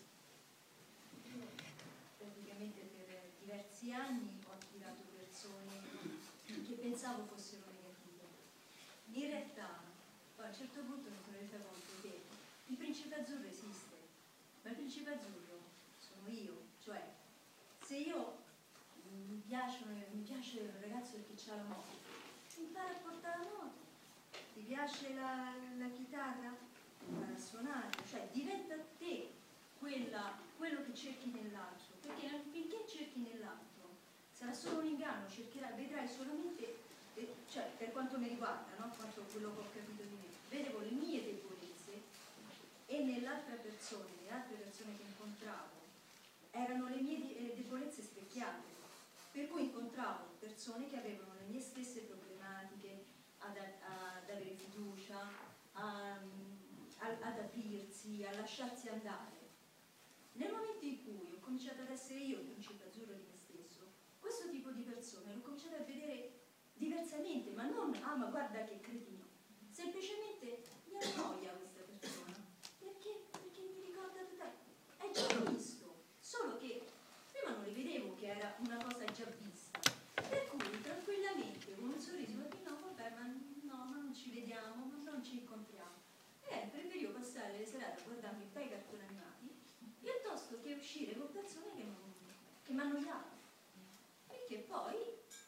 Praticamente per diversi anni ho attirato persone che pensavo fossero negative. In realtà, a un certo punto mi sono resa conto che il principe azzurro esiste, ma il principe azzurro sono io. Cioè, se io mi piacciono, mi piace il ragazzo perché c'ha la moto, impara a portare la moto. Ti piace la, la chitarra? Impara a suonare. Cioè, diventa te quella, quello che cerchi nell'altro. Perché finché cerchi nell'altro sarà solo un inganno, cercherai, vedrai solamente, eh, cioè per quanto mi riguarda, no? Quanto quello che ho capito di me, vedevo le mie debolezze e nell'altra persona, nelle altre persone che incontravo, erano le mie de- debolezze specchiate. Per cui incontravo persone che avevano le mie stesse problematiche ad, ad avere fiducia, a, a, ad aprirsi, a lasciarsi andare. Nel momento in cui ho cominciato ad essere io il principe azzurro di me stesso, questo tipo di persone l'ho cominciato a vedere diversamente, ma non, ah ma guarda che cretino, semplicemente mi annoia questa persona, perché? Perché mi ricorda tutta, è già visto, solo che prima non le vedevo che era una cosa già vista, per cui tranquillamente con un sorriso, perché no, vabbè, ma no, ma non ci vediamo, ma non ci incontriamo, e preferivo passare le serate a guardarmi i bei cartoni animati piuttosto che uscire con persone che, che mi annoiavano, perché poi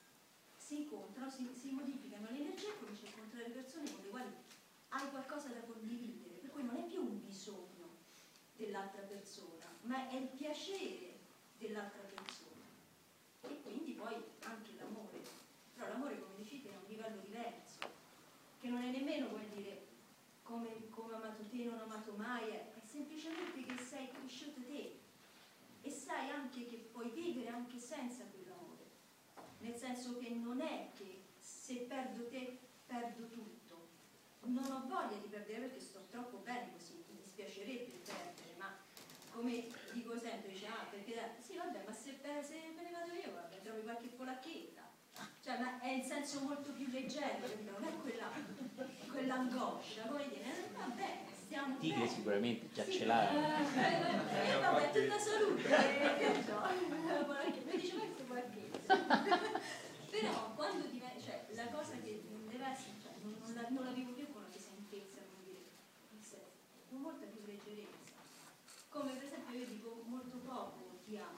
si incontrano, si, si modificano le energie e cominci a incontrare persone con le quali hai qualcosa da condividere, per cui non è più un bisogno dell'altra persona, ma è il piacere dell'altra persona, e quindi poi anche l'amore. Però l'amore, come dicete, è un livello diverso, che non è nemmeno, vuol dire, come, come amato te non amato mai, è, è semplicemente che sei cresciuto te e sai anche che puoi vivere anche senza quell'amore, nel senso che non è che se perdo te perdo tutto, non ho voglia di perdere perché sto troppo bene così, mi dispiacerebbe perdere, ma come dico sempre, dice, ah perché sì vabbè, ma se, se me ne vado io vabbè, trovi qualche polacchetta, cioè ma è in senso molto più leggero, non è quella quell'angoscia, come dire, vabbè, stiamo Tigre bene. sicuramente già Sì, ce l'ha. eh, eh, vabbè, tutta salute, che so, mi dice questo qualche. Però quando diventa, cioè la cosa che non deve essere, cioè non, non, la, non la vivo più con una pesantezza, come dire, con molta più leggerezza. Come per esempio io dico molto poco ti amo,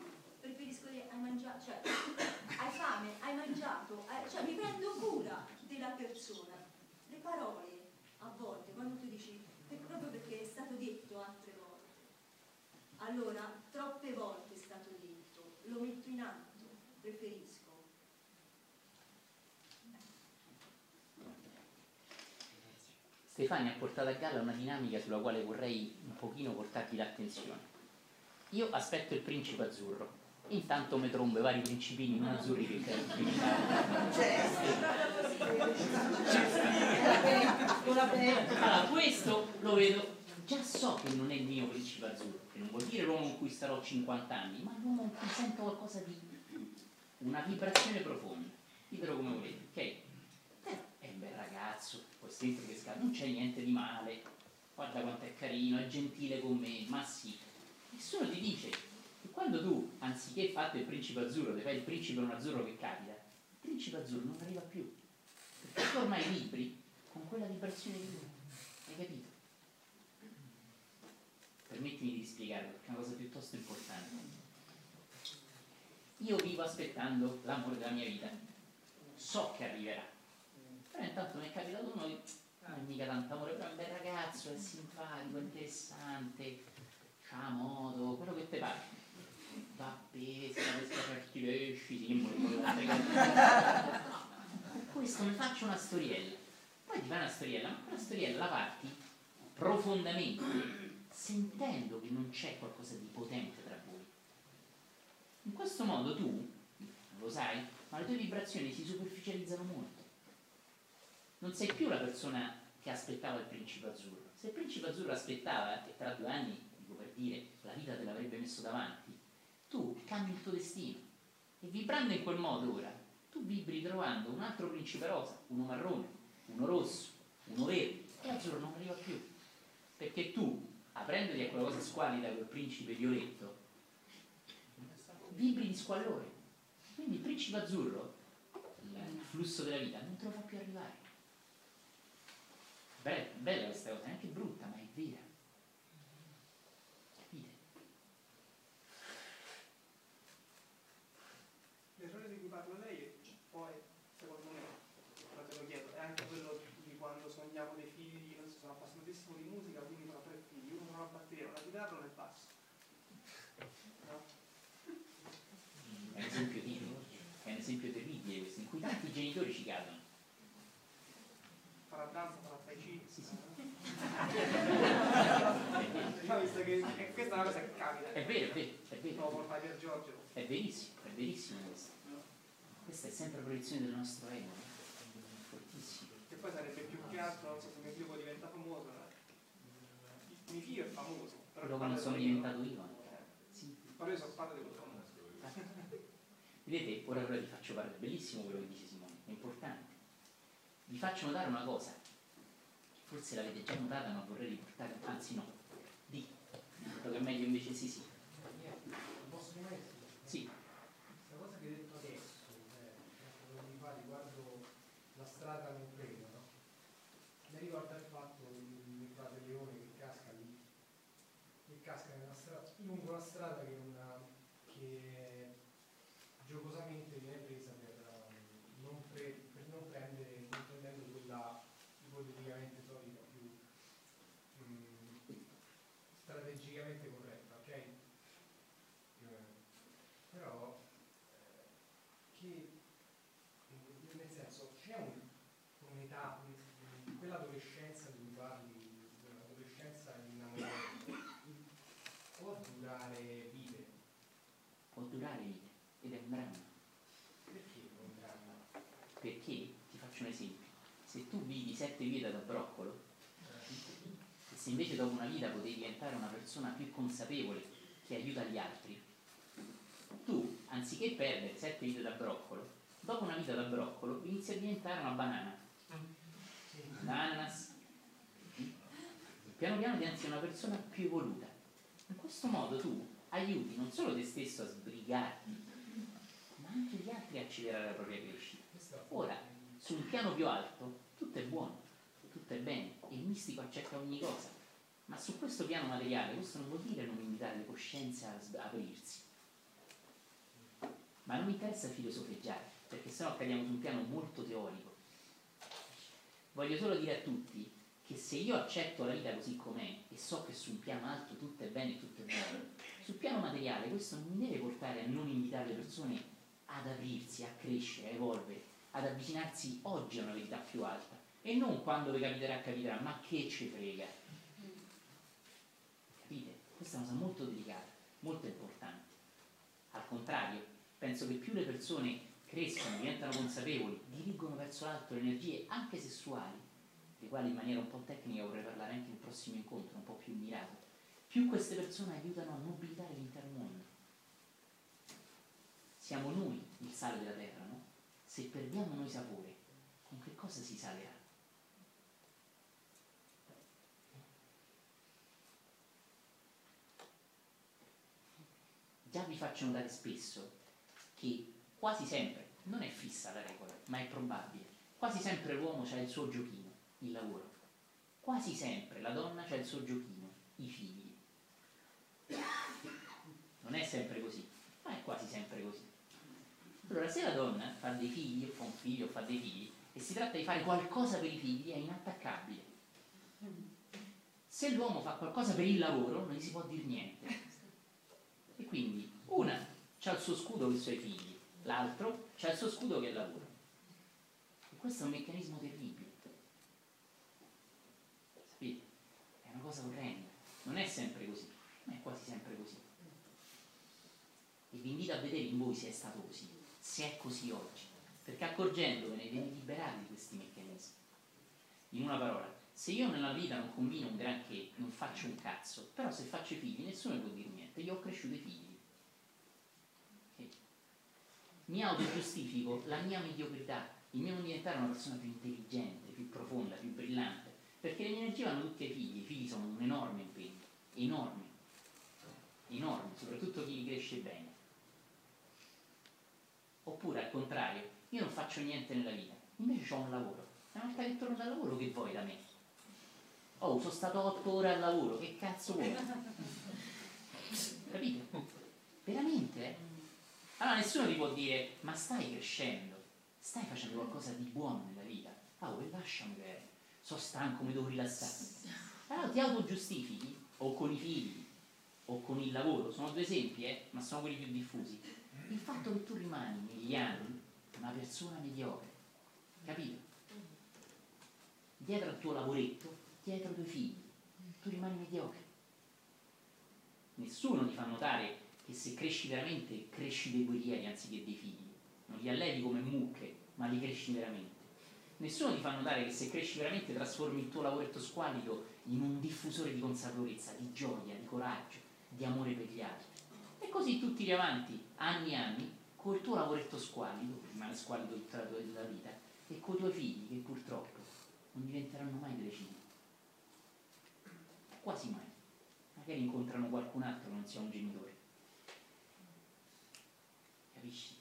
cioè, hai fame, hai mangiato, hai, cioè mi prendo cura della persona. Le parole, a volte, quando tu dici, proprio perché è stato detto altre volte, allora, troppe volte è stato detto, lo metto in atto, preferisco. Stefania ha portato a galla una dinamica sulla quale vorrei un pochino portarti l'attenzione. Io aspetto il principe azzurro, intanto mi trombe vari principini non azzurri che caratterizzano. Allora, questo lo vedo, già so che non è il mio principe azzurro, che non vuol dire l'uomo con cui starò cinquanta anni, ma l'uomo con cui sento qualcosa di una vibrazione profonda. Ditelo come volete, ok? È un bel ragazzo, poi sempre che scala, non c'è niente di male, guarda quanto è carino, è gentile con me, ma sì. Nessuno ti dice che quando tu, anziché fatto il principe azzurro, ti fai il principe non azzurro che capita, il principe azzurro non arriva più, perché tu ormai vibri con quella vibrazione di lui, hai capito? Permettimi di spiegarlo, perché è una cosa piuttosto importante. Io vivo aspettando l'amore della mia vita, so che arriverà, però intanto mi è capitato uno che non è mica tanto amore, però è un bel ragazzo, è simpatico, è interessante, c'ha modo, quello che te pare, va a pesca, pesca certi pesci, simboli, con questo mi faccio una storiella, poi ti fai una storiella, ma quella storiella la parti profondamente, sentendo che non c'è qualcosa di potente tra voi. In questo modo tu, non lo sai, ma le tue vibrazioni si superficializzano molto. Non sei più la persona che aspettava il principe azzurro. Se il principe azzurro aspettava e tra due anni, dico per dire, la vita te l'avrebbe messo davanti, tu cambi il tuo destino. E vibrando in quel modo ora, tu vibri trovando un altro principe rosa, uno marrone, uno rosso, uno verde, e l'azzurro non arriva più. Perché tu, aprendoti a quella cosa squallida quel principe violetto, vibri di squallore. Quindi il principe azzurro, il flusso della vita, non te lo fa più arrivare. Bella, bella questa cosa, è anche brutta, ma è vera. Capite? L'errore di cui parla lei, poi, secondo me, ma te lo chiedo, è anche quello di quando sogniamo dei figli, non so, sono appassionatissimo di musica, quindi sono tre figli, uno suona la batteria, una chitarra e il basso. No? È un esempio tipico, è un esempio terribile questo, in cui tanti genitori ci cadono. Farà danza, farà tai chi. Sì, sì. No, visto che eh, questa è una cosa che capita. È vero, è vero, è vero. Lo portai per Giorgio. È verissimo, è verissimo questo. Questa è sempre proiezione del nostro ego, fortissimo. Che poi sarebbe più che altro, non so se mio figlio può diventare famoso. Eh. Mio figlio è famoso. Però Quello che non sono diventato io. Sì. Ma io sono padre di quello famoso. Vedete, ora, ora vi faccio parlare, è bellissimo quello che dice Simone, è importante. Vi faccio notare una cosa, che forse l'avete già notata ma vorrei riportare, anzi no, di, dico che è meglio invece sì sì. Posso rimanere? Sì. Questa cosa che hai detto adesso, eh, mi fa riguardo la strada non presa, no? Mi ricorda il fatto di frate Leone che casca lì, che casca nella strada, lungo la strada che, una, che giocosamente viene presa per non, pre, per non prendere, non prendendo quella ipoteticamente solita più mh, strategicamente corretta, ok? Però eh, che nel senso c'è un, un'età, un, quell'adolescenza di cui parli, dell'adolescenza innamorata, può durare vite. Può durare vite ed è un dramma. Perché è un dramma? Perché, ti faccio un esempio, se tu vivi sette vite da broccolo, e se invece dopo una vita potevi diventare una persona più consapevole che aiuta gli altri, tu, anziché perdere sette vite da broccolo, dopo una vita da broccolo inizi a diventare una banana, un ananas, piano piano diventi una persona più evoluta. In questo modo tu aiuti non solo te stesso a sbrigarti, ma anche gli altri a accelerare la propria crescita. Ora, su un piano più alto, tutto è buono, tutto è bene, e il mistico accetta ogni cosa, ma su questo piano materiale questo non vuol dire non invitare le coscienze a aprirsi. ma non mi interessa filosofeggiare, perché sennò cadiamo su un piano molto teorico. Voglio solo dire a tutti che se io accetto la vita così com'è e so che su un piano alto tutto è bene e tutto è buono, sul piano materiale questo non mi deve portare a non invitare le persone ad aprirsi, a crescere, a evolvere, ad avvicinarsi oggi a una verità più alta e non quando vi capiterà capiterà, ma che ci frega. Capite? Questa è una cosa molto delicata, molto importante. Al contrario, penso che più le persone crescono, diventano consapevoli, dirigono verso l'alto le energie anche sessuali, di quali in maniera un po' tecnica vorrei parlare anche nel prossimo incontro, un po' più mirato, più queste persone aiutano a nobilitare l'intero mondo. Siamo noi il sale della terra, no? Se perdiamo noi sapore, con che cosa si salerà? Già vi faccio notare spesso che quasi sempre, non è fissa la regola, ma è probabile, quasi sempre l'uomo c'ha il suo giochino, il lavoro. Quasi sempre la donna c'ha il suo giochino, i figli. Non è sempre così, ma è quasi sempre così. Allora, se la donna fa dei figli, o fa un figlio, o fa dei figli, e si tratta di fare qualcosa per i figli, è inattaccabile. Se l'uomo fa qualcosa per il lavoro, non gli si può dire niente. E quindi una c'ha il suo scudo che sono i figli, l'altro c'ha il suo scudo che è il lavoro. E questo è un meccanismo terribile. Sapete? È una cosa orrenda. Non è sempre così, ma è quasi sempre così. E vi invito a vedere in voi se è stato così, se è così oggi, perché accorgendovene ve ne liberate di questi meccanismi. In una parola, se io nella vita non combino un granché, non faccio un cazzo, però se faccio i figli nessuno mi può dire niente, io ho cresciuto i figli. Okay. Mi autogiustifico la mia mediocrità, il mio non diventare una persona più intelligente, più profonda, più brillante, perché le mie energie vanno tutte ai figli, i figli sono un enorme impegno, enorme, enorme, soprattutto chi li cresce bene. Oppure al contrario, io non faccio niente nella vita, invece ho un lavoro, una volta che torno dal lavoro che vuoi da me? Oh, sono stato otto ore al lavoro, che cazzo vuoi? Capite? Veramente, eh? Allora nessuno ti può dire, ma stai crescendo, stai facendo qualcosa di buono nella vita. Ah, oh, lasciami bene, sono stanco, mi devo rilassare. Allora ti autogiustifichi, o con i figli, o con il lavoro, sono due esempi, eh, ma sono quelli più diffusi. Il fatto che tu rimani negli anni una persona mediocre, capito? Dietro al tuo lavoretto, dietro ai tuoi figli, tu rimani mediocre. Nessuno ti fa notare che se cresci veramente, cresci dei guerrieri anziché dei figli. Non li allevi come mucche, ma li cresci veramente. Nessuno ti fa notare che se cresci veramente trasformi il tuo lavoretto squallido in un diffusore di consapevolezza, di gioia, di coraggio, di amore per gli altri. E così tu tiri avanti anni e anni col tuo lavoretto squallido, rimane squallido tutta la tua vita, e con i tuoi figli che purtroppo non diventeranno mai delle cime. Quasi mai. Magari incontrano qualcun altro che non sia un genitore. Capisci?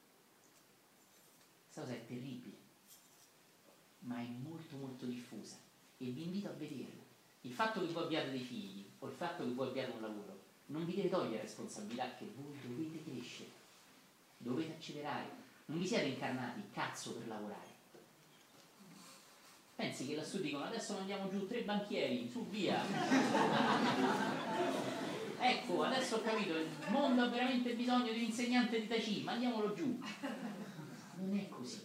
Questa cosa è terribile, ma è molto molto diffusa e vi invito a vederla. Il fatto che voi abbiate dei figli o il fatto che voi abbiate un lavoro non vi deve togliere la responsabilità che voi dovete crescere, dovete accelerare, non vi siete incarnati cazzo per lavorare. Pensi che lassù dicono adesso mandiamo giù tre banchieri, su via. Ecco, adesso ho capito, il mondo ha veramente bisogno di un insegnante di Tai Chi, mandiamolo giù. Non è così.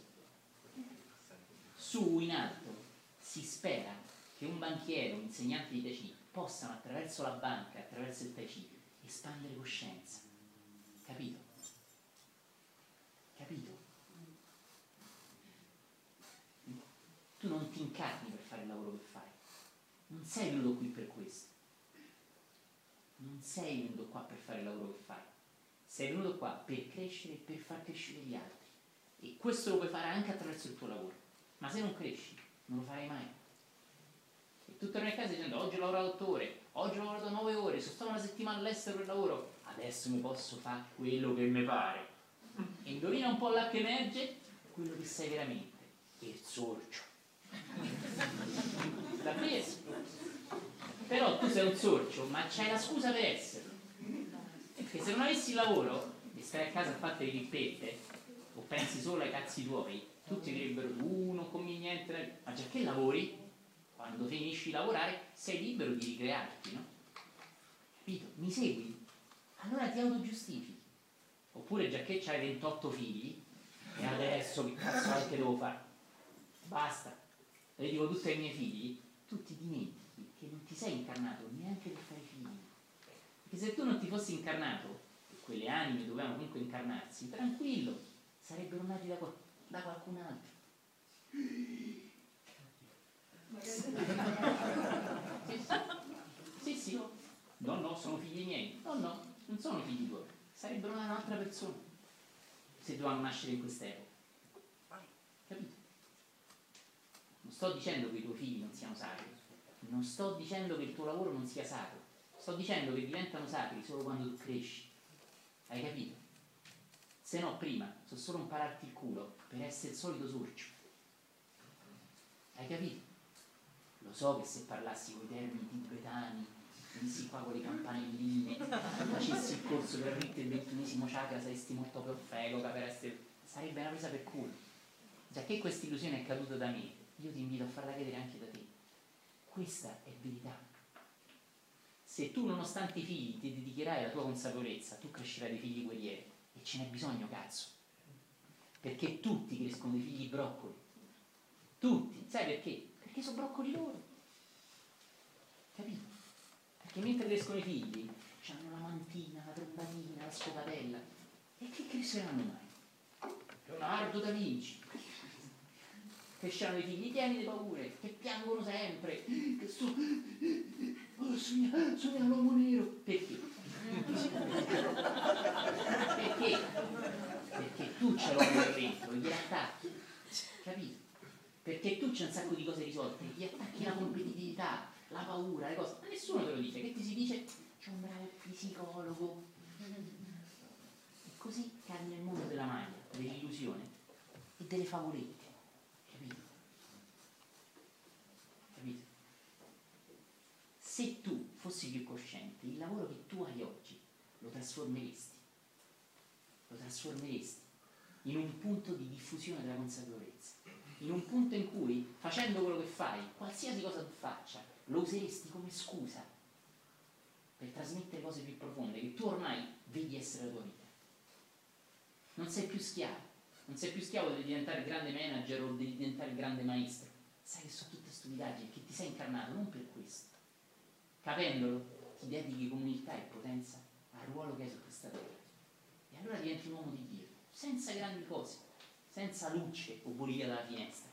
Su in alto si spera che un banchiere, un insegnante di Tai Chi possano attraverso la banca, attraverso il Tai Chi, espandere coscienza. Capito? Capito? Tu non ti incarni per fare il lavoro che fai. Non sei venuto qui per questo. Non sei venuto qua per fare il lavoro che fai. Sei venuto qua per crescere e per far crescere gli altri. E questo lo puoi fare anche attraverso il tuo lavoro. Ma se non cresci, non lo farai mai. E tu torni a casa dicendo oggi ho lavorato otto ore, oggi ho lavorato nove ore, sono stato una settimana all'estero per lavoro, adesso mi posso fare quello che mi pare. E indovina un po' là che emerge quello che sei veramente, il sorcio. Davvero? Però tu sei un sorcio, ma c'hai la scusa per esserlo. Perché se non avessi il lavoro e stai a casa a fare le rippette o pensi solo ai cazzi tuoi, tutti direbbero tu non combini niente, ma già che lavori, quando finisci di lavorare sei libero di ricrearti, no? Capito? Mi segui? Allora ti autogiustifichi. Oppure già che c'hai ventotto figli e adesso che cazzo anche devo fare? Basta, le dico tutti ai miei figli, tu ti dimentichi che non ti sei incarnato neanche per fare figli. Perché se tu non ti fossi incarnato, e quelle anime dovevano comunque incarnarsi, tranquillo, sarebbero nati da, qual- da qualcun altro. Sì, sì. Sì, sì. No, no, sono figli miei. No, no, non sono figli tuoi. Sarebbero un'altra persona se dovevano nascere in quest'epoca. Capito? Non sto dicendo che i tuoi figli non siano sacri, non sto dicendo che il tuo lavoro non sia sacro, sto dicendo che diventano sacri solo quando tu cresci. Hai capito? Se no prima so solo impararti il culo per essere il solito sorcio. Hai capito? Lo so che se parlassi con i termini tibetani, venissi qua con le campanelline, facessi il corso per ritto il ventunesimo chakra, saresti molto più fegoca per essere... sarebbe una presa per culo. Già che questa illusione è caduta da me, io ti invito a farla cadere anche da te. Questa è verità. Se tu nonostante i figli ti dedicherai alla tua consapevolezza, tu crescerai dei figli guerrieri. E ce n'è bisogno, cazzo. Perché tutti crescono dei figli broccoli. Tutti. Sai perché? Perché sono broccoli loro. Capito? Perché mentre crescono i figli, hanno la mantina, la trombatina, la scopatella. E che cresceranno mai? Leonardo da Vinci. Cresceranno dei figli pieni di paure, che piangono sempre, che so, oh, sogna, sogna l'uomo nero. Perché? Perché? Perché tu ce l'hai nel dentro, gli attacchi, capito? Perché tu c'è un sacco di cose risolte, gli attacchi la competitività, la paura, le cose, ma nessuno te lo dice, che ti si dice c'è un bravo psicologo. E così cadi nel mondo della maglia, dell'illusione e delle favolette. Capito? Capito? Se tu fossi più cosciente, il lavoro che tu hai oggi lo trasformeresti, lo trasformeresti in un punto di diffusione della consapevolezza, in un punto in cui, facendo quello che fai, qualsiasi cosa tu faccia, lo useresti come scusa per trasmettere cose più profonde che tu ormai vedi essere la tua vita. Non sei più schiavo, non sei più schiavo di diventare il grande manager o di diventare il grande maestro. Sai che sono tutte stupidaggini, che ti sei incarnato non per questo. Capendolo, ti dedichi con umiltà e potenza al ruolo che hai su questa terra. E allora diventi un uomo di Dio, senza grandi cose, senza luce o bulia dalla finestra.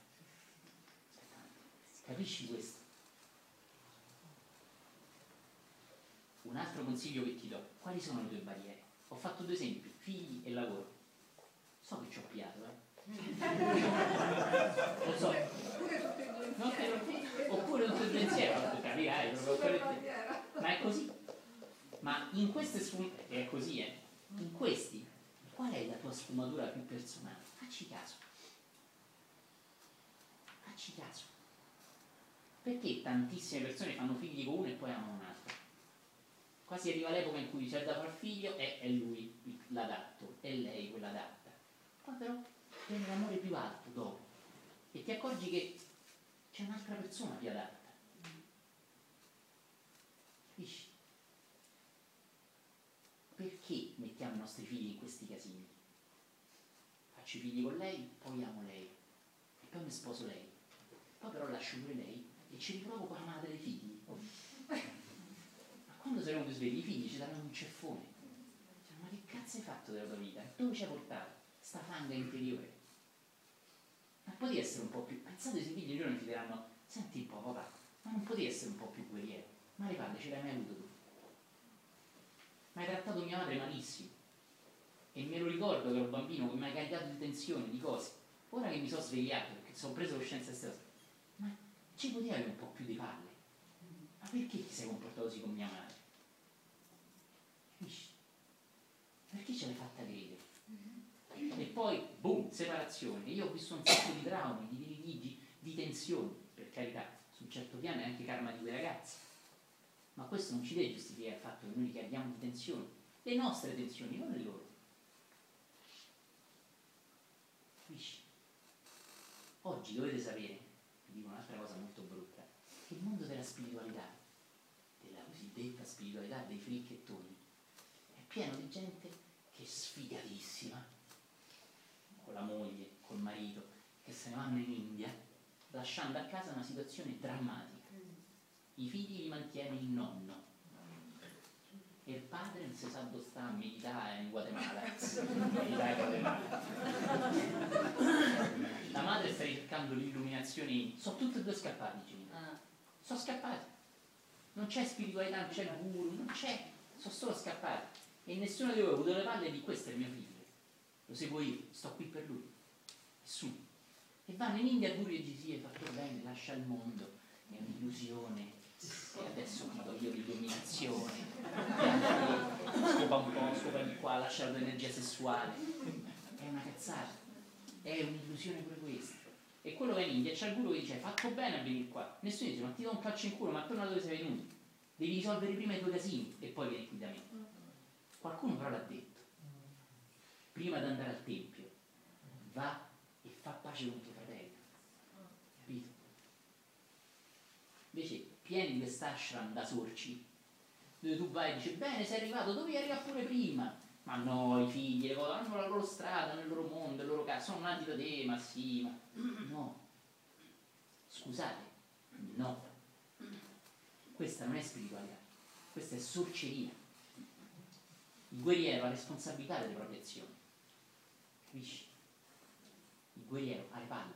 Capisci questo? Un altro consiglio che ti do: quali sono le tue barriere? Ho fatto due esempi, figli e lavoro. So che ci ho piato, eh. Lo so. Non te lo... Oppure tutto il pensiero, capirai, ma è così. Ma in queste sfumature, è così, eh. In questi, qual è la tua sfumatura più personale? Facci caso. Facci caso. Perché tantissime persone fanno figli con uno e poi amano un altro? Quasi arriva l'epoca in cui c'è da far figlio e è lui l'adatto, è lei quella adatta. Poi però viene l'amore più alto dopo e ti accorgi che c'è un'altra persona più adatta. Capisci? Perché mettiamo i nostri figli in questi casini? Faccio i figli con lei, poi amo lei e poi mi sposo lei, poi però lascio pure lei e ci ritrovo con la madre dei figli. Ma quando saremo più svegli i figli ci daranno un ceffone. Cioè, ma che cazzo hai fatto della tua vita? Dove ci hai portato? Sta fanga interiore. Ma potevi essere un po' più... Pensate se i figli un giorno ti diranno: senti un po' papà, ma non potevi essere un po' più guerriero? Ma le palle ce l'hai mai avuto tu? Ma hai trattato mia madre malissimo e me lo ricordo che ero bambino che mi hai caricato di tensione, di cose. Ora che mi sono svegliato perché sono preso coscienza di queste cose, ma ci potevi avere un po' più di palle? Ma perché ti sei comportato così con mia madre? Capisci? Perché ce l'hai fatta credere? E poi, boom, separazione. Io ho visto un sacco di traumi, di litigi, di tensioni, per carità, su un certo piano è anche karma di quei ragazzi. Ma questo non ci deve giustificare il fatto che noi li carichiamo di tensioni, le nostre tensioni, non le loro. Capisci? Oggi dovete sapere, vi dico un'altra cosa molto brutta, che il mondo della spiritualità, della cosiddetta spiritualità dei fricchettoni, è pieno di gente che è sfigatissima, con la moglie, col marito, che se ne vanno in India, lasciando a casa una situazione drammatica. I figli li mantiene il nonno e il padre non si sa dove sta a meditare in Guatemala. Meditare in Guatemala. La madre sta ricercando l'illuminazione. Sono tutti e due scappati i genitori. Sono scappati. Non c'è spiritualità, non c'è guru, non c'è. Sono solo scappati. E nessuno di voi ha avuto le palle di questo è il mio figlio. Lo seguo io, sto qui per lui. Nessuno. E vanno in India, il guru e dice sì, hai fatto bene, lascia il mondo, è un'illusione. E adesso ti do io l'illuminazione, scopa un po', scopa di qua, lascia la tua energia sessuale. È una cazzata, è un'illusione pure questa. E quello che è in India c'è il guru che dice hai fatto bene a venire qua. Nessuno dice ma ti do un calcio in culo, ma torna dove sei venuto. Devi risolvere prima i tuoi casini e poi vieni qui da me. Qualcuno però l'ha detto. Prima di andare al tempio, va e fa pace con tuo fratello. Capito? Invece pieni di quest'ashram da sorci, dove tu vai e dici bene sei arrivato, dovevi arrivare pure prima. Ma no, i figli le cose hanno la loro strada, nel loro mondo, il loro caso, sono nati da te, ma sì, ma no. Scusate, no. Questa non è spiritualità, questa è sorceria. Il guerriero ha responsabilità delle proprie azioni. Capisci? Il guerriero ha le palle.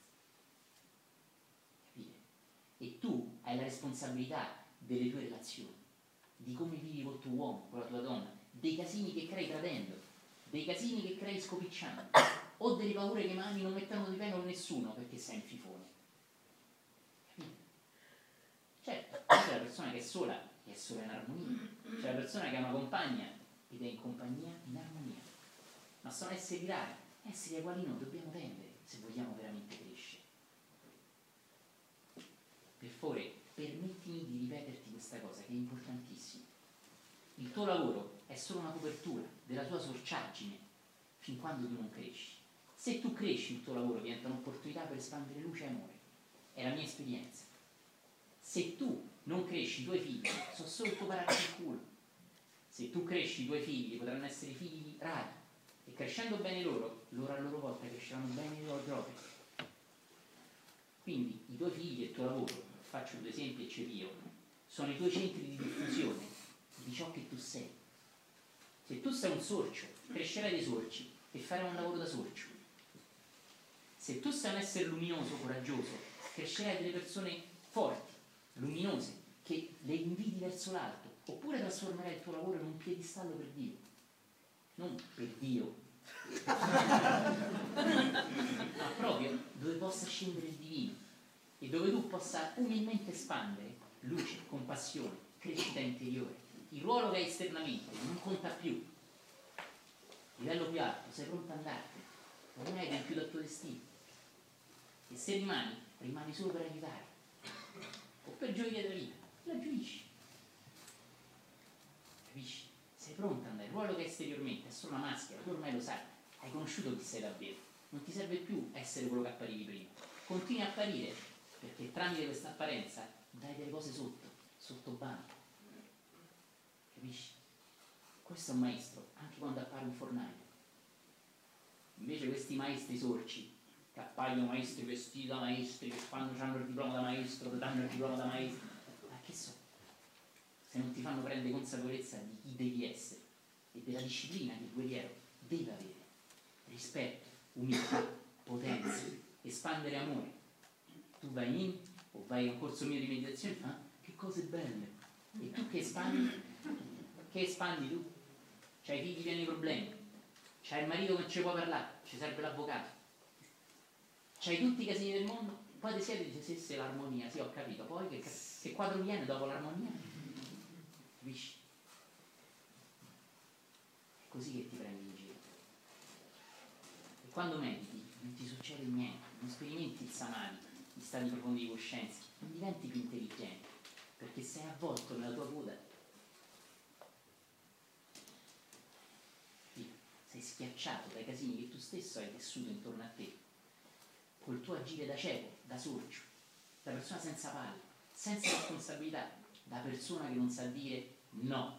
Capite? E tu hai la responsabilità delle tue relazioni, di come vivi col tuo uomo, con la tua donna, dei casini che crei tradendo, dei casini che crei scopicciando, o delle paure che i mani non mettono di pena con nessuno perché sei un fifone. Capite? Certo, c'è la persona che è sola e è sola in armonia, c'è la persona che ha una compagna ed è in compagnia in armonia, ma sono esseri rari, esseri ai quali noi dobbiamo tendere se vogliamo veramente crescere. Per favore, permettimi di ripeterti questa cosa che è importantissima. Il tuo lavoro è solo una copertura della tua sorciaggine fin quando tu non cresci. Se tu cresci, il tuo lavoro diventa un'opportunità per espandere luce e amore. È la mia esperienza. Se tu non cresci, i tuoi figli sono solo il tuo pararci il culo. Se tu cresci, i tuoi figli potranno essere figli rari e crescendo bene loro, loro a loro volta cresceranno bene i loro propri. Quindi i tuoi figli e il tuo lavoro, faccio due esempi e ci rio, sono i tuoi centri di diffusione di ciò che tu sei. Se tu sei un sorcio, crescerai dei sorci e farai un lavoro da sorcio. Se tu sei un essere luminoso, coraggioso, crescerai delle persone forti, luminose, che le inviti verso l'alto, oppure trasformerai il tuo lavoro in un piedistallo per Dio. Non per Dio, ma proprio dove possa scendere il divino e dove tu possa umilmente espandere luce, compassione, crescita interiore. Il ruolo che hai esternamente non conta più. Livello più alto, sei pronto ad andartene, non hai compiuto il tuo destino. E se rimani, rimani solo per aiutare o per gioire della vita, la giudici. Capisci? Sei pronto ad andare. Il ruolo che hai esteriormente è solo una maschera, tu ormai lo sai, hai conosciuto chi sei davvero, non ti serve più essere quello che apparivi prima. Continui a apparire perché tramite questa apparenza dai delle cose sotto, sotto banco. Capisci? Questo è un maestro, anche quando appare un fornaio. Invece questi maestri sorci, che appaiono maestri vestiti da maestri, che fanno, hanno il diploma da maestro, che danno il diploma da maestro, ma che so? Se non ti fanno prendere consapevolezza di chi devi essere e della disciplina che il guerriero deve avere, rispetto, umiltà, potenza, espandere amore. Tu vai in o vai a un corso mio di meditazione, ah, che cose belle, e tu che espandi? Che espandi tu? C'hai figli pieni di problemi, c'hai il marito che non ci può parlare, ci serve l'avvocato, c'hai tutti i casini del mondo, poi ti siedi e dici sì, sì, l'armonia, sì ho capito, poi che, che quadro viene dopo l'armonia? Capisci? È così che ti prendi in giro. E quando mediti non ti succede niente, non sperimenti il samadhi, gli stati profondi di coscienza, non diventi più intelligente, perché sei avvolto nella tua coda. Sei schiacciato dai casini che tu stesso hai tessuto intorno a te, col tuo agire da cieco, da sorcio, da persona senza palle, senza responsabilità, da persona che non sa dire no.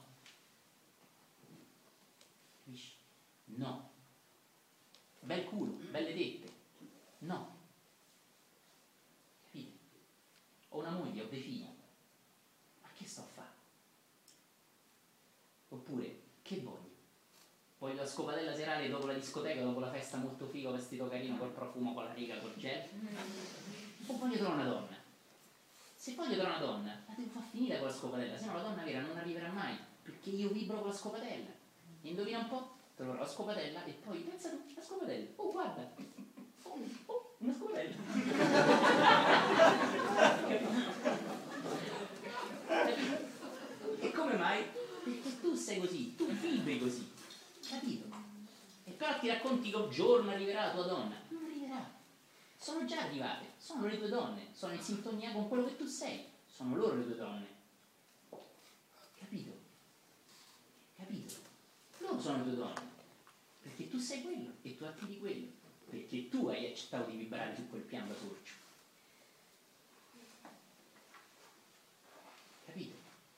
Capisci? No. Bel culo, belle tette. No. Capite? Ho una moglie, ho dei figli. Ma che sto a fare? Oppure, che voglio? Voglio la scopatella serale dopo la discoteca, dopo la festa molto figo, vestito carino, col profumo, con la riga, col gel? O voglio trovare una donna? Se voglio trovare una donna, la devo far finire con la scopatella, se no la donna vera non arriverà mai, perché io vibro con la scopatella. E indovina un po', troverò la scopatella e poi pensa tu, la scopatella, oh guarda, oh, oh una scopatella. E come mai? Perché tu sei così, tu vibri così, capito? E però ti racconti che un giorno arriverà la tua donna, non arriverà. Sono già arrivate, sono le tue donne, sono in sintonia con quello che tu sei, sono loro le tue donne. Capito? Capito? Loro sono le tue donne, perché tu sei quello e tu attiri quello, perché tu hai accettato di vibrare su quel piano da sorcio. Capito?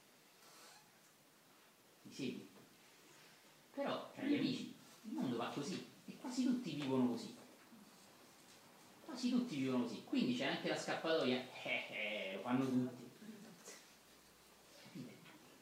Mi segui? Però, tra gli amici, il mondo va così e quasi tutti vivono così. Quasi tutti vivono così. Quindi c'è anche la scappatoia, eh, eh, lo fanno tutti. Capite?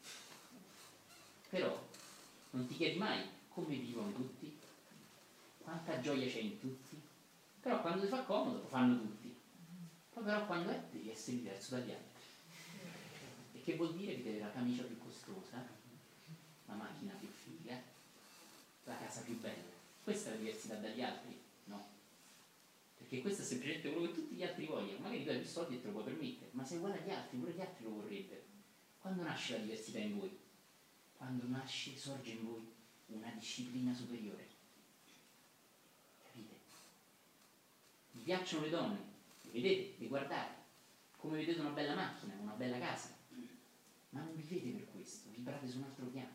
Però non ti chiedi mai come vivono tutti, quanta gioia c'è in tutti. Però quando ti fa comodo lo fanno tutti. Poi però quando è devi essere diverso dagli altri. E che vuol dire che devi avere la camicia più costosa, la macchina più figa, la casa più bella. Questa è la diversità dagli altri? No. Perché questo è semplicemente quello che tutti gli altri vogliono. Magari tu hai più soldi e te lo puoi permettere, ma sei uguale agli altri, pure gli altri lo vorrebbero. Quando nasce la diversità in voi? Quando nasce, sorge in voi una disciplina superiore. Capite? Vi piacciono le donne? Le vedete? Le guardate? Come vedete una bella macchina, una bella casa? Ma non vivete per questo, vibrate su un altro piano.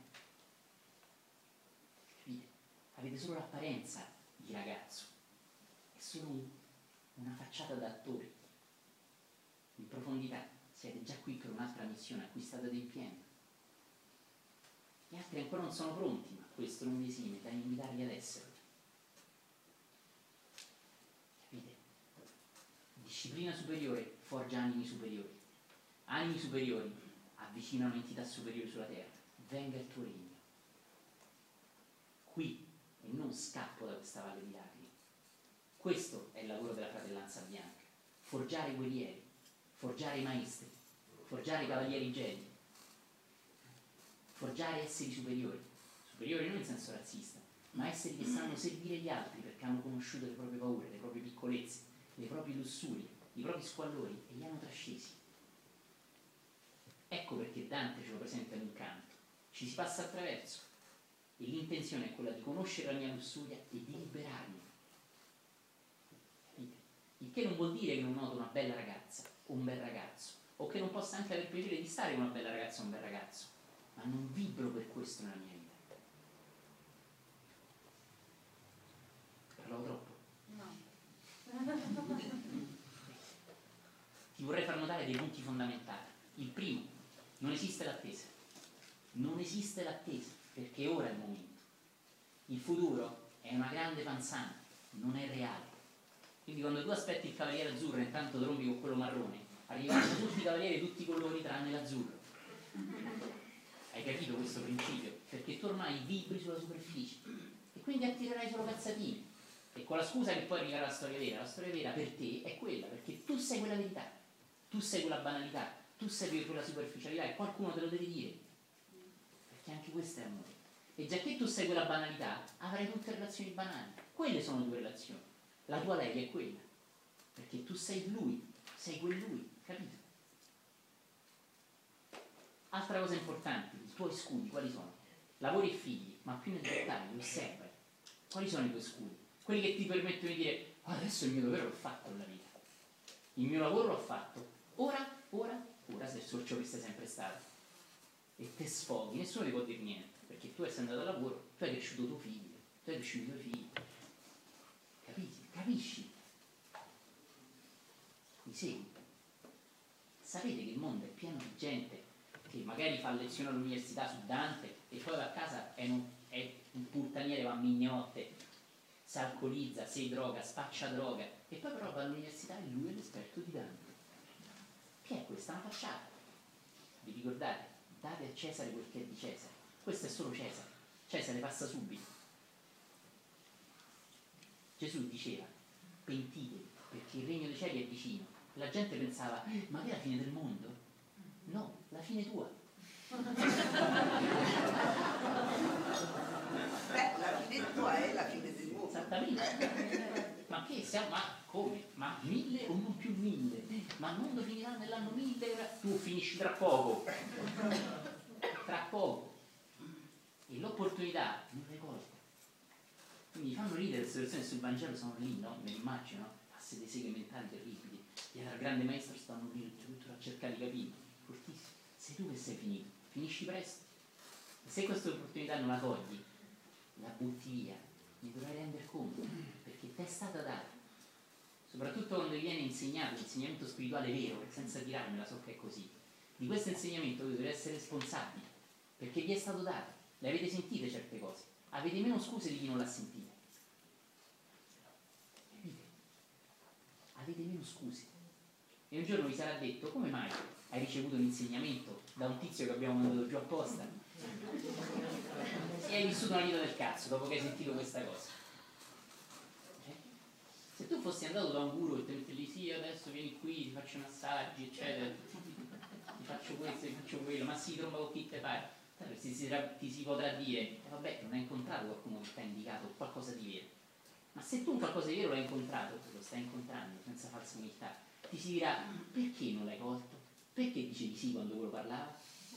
Capite? Avete solo l'apparenza di ragazzo, è solo un, una facciata da attori. In profondità siete già qui per un'altra missione a cui state adempiendo. Gli altri ancora non sono pronti, ma questo non vi esime da invitarli ad esserlo. Capite? Disciplina superiore forgia animi superiori. Animi superiori avvicinano entità superiori sulla terra. Venga il tuo regno. Qui, e non scappo da questa valle di lacrime. Questo è il lavoro della fratellanza bianca. Forgiare i guerrieri, forgiare i maestri, forgiare i cavalieri Jedi, forgiare esseri superiori. Superiori non in senso razzista, ma esseri che sanno servire gli altri perché hanno conosciuto le proprie paure, le proprie piccolezze, le proprie lussurie, i propri squallori e li hanno trascesi. Ecco perché Dante ce lo presenta in un canto. Ci si passa attraverso e l'intenzione è quella di conoscere la mia lussuria e di liberarmi. Capite? Il che non vuol dire che non noto una bella ragazza o un bel ragazzo, o che non possa anche aver piacere di stare con una bella ragazza o un bel ragazzo, ma non vibro per questo nella mia vita. Parlavo troppo? No. Ti vorrei far notare dei punti fondamentali. Il primo, non esiste l'attesa. Non esiste l'attesa, perché ora è il momento. Il futuro è una grande panzana, non è reale. Quindi quando tu aspetti il cavaliere azzurro e intanto trombi con quello marrone, arriveranno tutti i cavalieri di tutti i colori tranne l'azzurro. Hai capito questo principio? Perché tu ormai vibri sulla superficie e quindi attirerai solo cazzatini. E con la scusa che poi arriverà la storia vera, la storia vera per te è quella, perché tu sei quella verità, tu sei quella banalità, tu sei quella superficialità e qualcuno te lo deve dire. Perché anche questo è amore. E già che tu sei quella banalità, avrai tutte relazioni banali. Quelle sono le tue relazioni. La tua lei è quella. Perché tu sei lui, sei quel lui, capito? Altra cosa importante, i tuoi scudi quali sono? Lavori e figli, ma più nel dettaglio, osserva. Quali sono i tuoi scudi? Quelli che ti permettono di dire, oh, adesso il mio dovere l'ho fatto nella vita. Il mio lavoro l'ho fatto. Ora, ora, ora sei il sorcio che sei sempre stato. E te sfoghi, nessuno ti può dire niente, perché tu essendo andato al lavoro, tu hai cresciuto tuo figlio, tu tu hai cresciuto due figli, capisci? Capisci? Mi segui? Sapete che il mondo è pieno di gente che magari fa lezione all'università su Dante e poi va a casa è un, è un puttaniere, va a mignotte, si alcolizza, si droga, spaccia droga e poi però va all'università e lui è l'esperto di Dante. Che è questa? Una facciata. Vi ricordate? Date a Cesare quel che è di Cesare. Questo è solo Cesare. Cesare passa subito. Gesù diceva pentitevi perché il regno dei cieli è vicino. La gente pensava ma che è la fine del mondo? No, la fine tua. Beh, la fine tua è la fine del mondo. Esattamente. Ma che siamo? Ma come? Ma mille o non più mille? Ma il mondo finirà nell'anno mille? Tu finisci tra poco. Tra poco. E l'opportunità non le colgo. Quindi mi fanno ridere queste persone sul Vangelo, sono lì, no? Me l'immagino, no? Passe dei seghe mentali terribili. Dietro al grande maestro stanno lì tutto a cercare di capire. Fortissimo. Sei tu che sei finito. Finisci presto. E se questa opportunità non la togli, la butti via, mi dovrai rendere conto, perché ti è stata data. Soprattutto quando viene insegnato l'insegnamento spirituale vero, senza tirarmela, so che è così. Di questo insegnamento voi dovete essere responsabili, perché vi è stato dato. Le avete sentite certe cose. Avete meno scuse di chi non l'ha sentita. Capite? Avete meno scuse. E un giorno vi sarà detto, come mai hai ricevuto un insegnamento da un tizio che abbiamo mandato giù apposta? E hai vissuto una vita del cazzo dopo che hai sentito questa cosa. Eh? Se tu fossi andato da un guru e ti metti lì, sì, adesso vieni qui, ti faccio massaggi, eccetera, ti faccio questo, ti faccio quello, ma sì, tromba con chi te pare. Ti si, ti si potrà dire, eh, vabbè, non hai incontrato qualcuno che ti ha indicato qualcosa di vero. Ma se tu qualcosa di vero l'hai incontrato, lo stai incontrando senza falsa umiltà, ti si dirà, perché non l'hai colto? Perché dicevi sì quando quello parlava?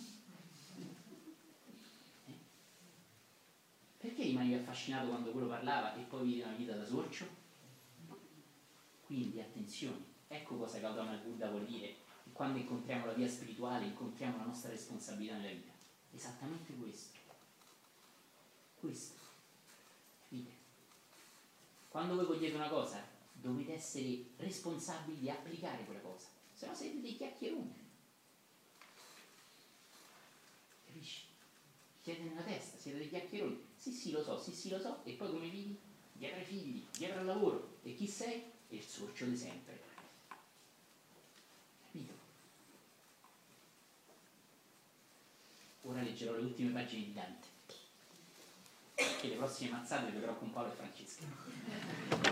Eh? Perché rimanevi affascinato quando quello parlava e poi vivi una vita da sorcio? Quindi attenzione, ecco cosa Gautama Buddha vuol dire, che quando incontriamo la via spirituale incontriamo la nostra responsabilità nella vita. Esattamente questo. Questo. Capite? Quando voi cogliete una cosa, dovete essere responsabili di applicare quella cosa. Se no siete dei chiacchieroni. Capisci? Siete nella testa, siete dei chiacchieroni. Sì, sì, lo so, sì, sì, lo so. E poi come vivi? Dietro ai figli, dietro al lavoro. E chi sei? È il sorcio di sempre. Capito? Ora leggerò le ultime pagine di Dante e le prossime mazzate le vedrò con Paolo e Francesca.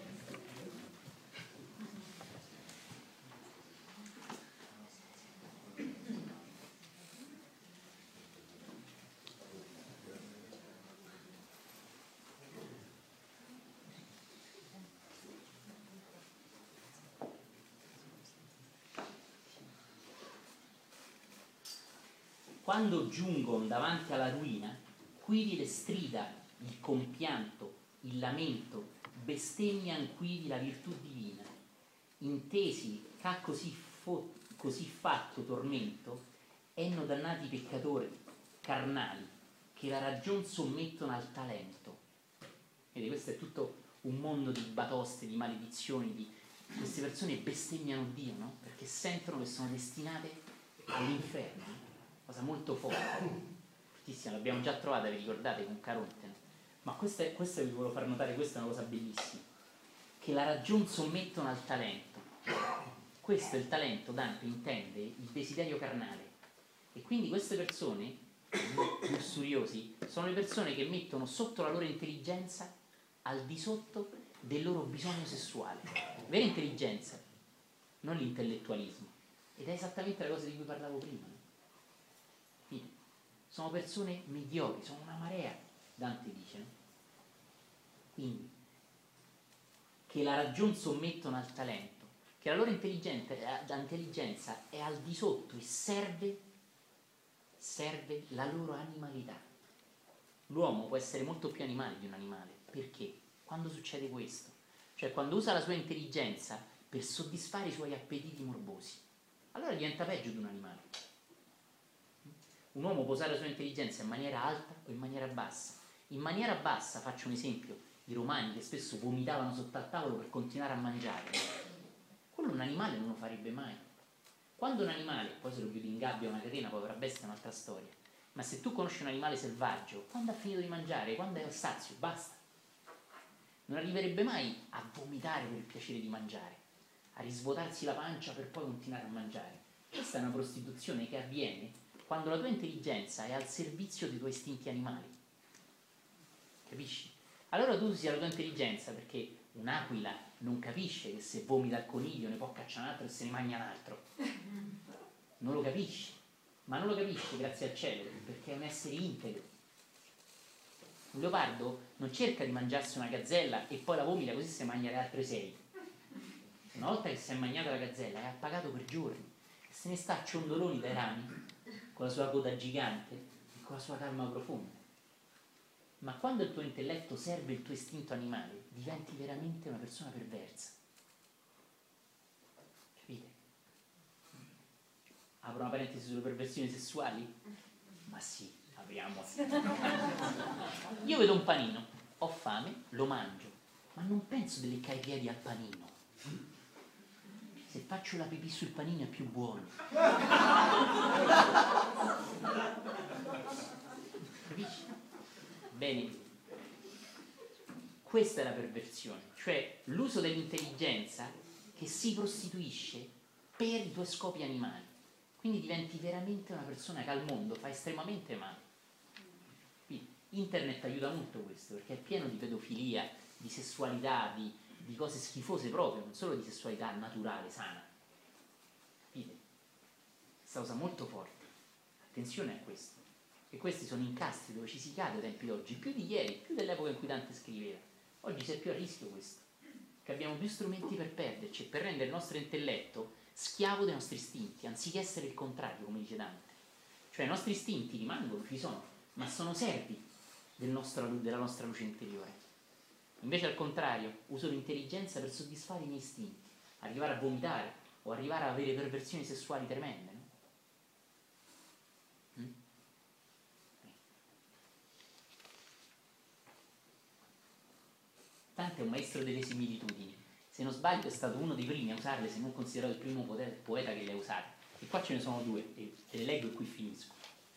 Quando giungono davanti alla ruina, quivi le strida, il compianto, il lamento, bestemmian quivi la virtù divina. Intesi c'ha così, fo- così fatto tormento, enno dannati peccatori carnali, che la ragion sommettono al talento. Vedi, questo è tutto un mondo di batoste, di maledizioni, di... queste persone bestemmiano Dio, no? Perché sentono che sono destinate all'inferno. Cosa molto forte, fortissima, l'abbiamo già trovata, vi ricordate, con Caronte, no? Ma questa, è, questa vi volevo far notare, questa è una cosa bellissima, che la ragion sommettono al talento. Questo è il talento, Dante intende il desiderio carnale, e quindi queste persone lussuriosi sono le persone che mettono sotto la loro intelligenza al di sotto del loro bisogno sessuale. Vera intelligenza, non l'intellettualismo, ed è esattamente la cosa di cui parlavo prima, no? Sono persone mediocri, sono una marea, Dante dice, no? Quindi, che la ragion sommettono al talento, che la loro intelligenza, intelligenza è al di sotto e serve, serve la loro animalità. L'uomo può essere molto più animale di un animale. Perché? Quando succede questo? Cioè quando usa la sua intelligenza per soddisfare i suoi appetiti morbosi, allora diventa peggio di un animale. Un uomo può usare la sua intelligenza in maniera alta o in maniera bassa, In maniera bassa, faccio un esempio, i romani che spesso vomitavano sotto al tavolo per continuare a mangiare, quello un animale non lo farebbe mai. Quando un animale, poi se lo chiudi in gabbia o una catena, povera bestia, è un'altra storia, ma se tu conosci un animale selvaggio, quando ha finito di mangiare, quando è al sazio, basta. Non arriverebbe mai a vomitare per il piacere di mangiare, a risvuotarsi la pancia per poi continuare a mangiare. Questa è una prostituzione che avviene quando la tua intelligenza è al servizio dei tuoi istinti animali. Capisci? Allora tu usi la tua intelligenza, perché un'aquila non capisce che se vomita il coniglio ne può cacciare un altro e se ne mangia un altro. Non lo capisci, ma non lo capisce grazie al cielo, perché è un essere integro. Un leopardo non cerca di mangiarsi una gazzella e poi la vomita così si mangia le altre sei. Una volta che si è mangiata la gazzella è appagato per giorni e se ne sta a ciondoloni dai rami con la sua coda gigante e con la sua calma profonda. Ma quando il tuo intelletto serve il tuo istinto animale, diventi veramente una persona perversa. Capite? Apro una parentesi sulle perversioni sessuali? Ma sì, apriamo. Io vedo un panino, ho fame, lo mangio, ma non penso di leccare i piedi al panino. Se faccio la pipì sul panino è più buono. Capisci? Bene, questa è la perversione, cioè l'uso dell'intelligenza che si prostituisce per i tuoi scopi animali. Quindi diventi veramente una persona che al mondo fa estremamente male. Quindi, internet aiuta molto questo, perché è pieno di pedofilia, di sessualità, di, di cose schifose proprio, non solo di sessualità naturale, sana. Capite? Questa cosa molto forte. Attenzione a questo. E questi sono incastri dove ci si cade ai tempi d'oggi, più di ieri, più dell'epoca in cui Dante scriveva. Oggi si è più a rischio questo, che abbiamo più strumenti per perderci e per rendere il nostro intelletto schiavo dei nostri istinti, anziché essere il contrario, come dice Dante. Cioè i nostri istinti rimangono, ci sono, ma sono servi del nostro, della nostra luce interiore. Invece al contrario, uso l'intelligenza per soddisfare i miei istinti, arrivare a vomitare o arrivare a avere perversioni sessuali tremende. No? Mm? Dante è un maestro delle similitudini. Se non sbaglio è stato uno dei primi a usarle, se non considerato il primo poeta che le ha usate. E qua ce ne sono due, e te le leggo e qui finisco.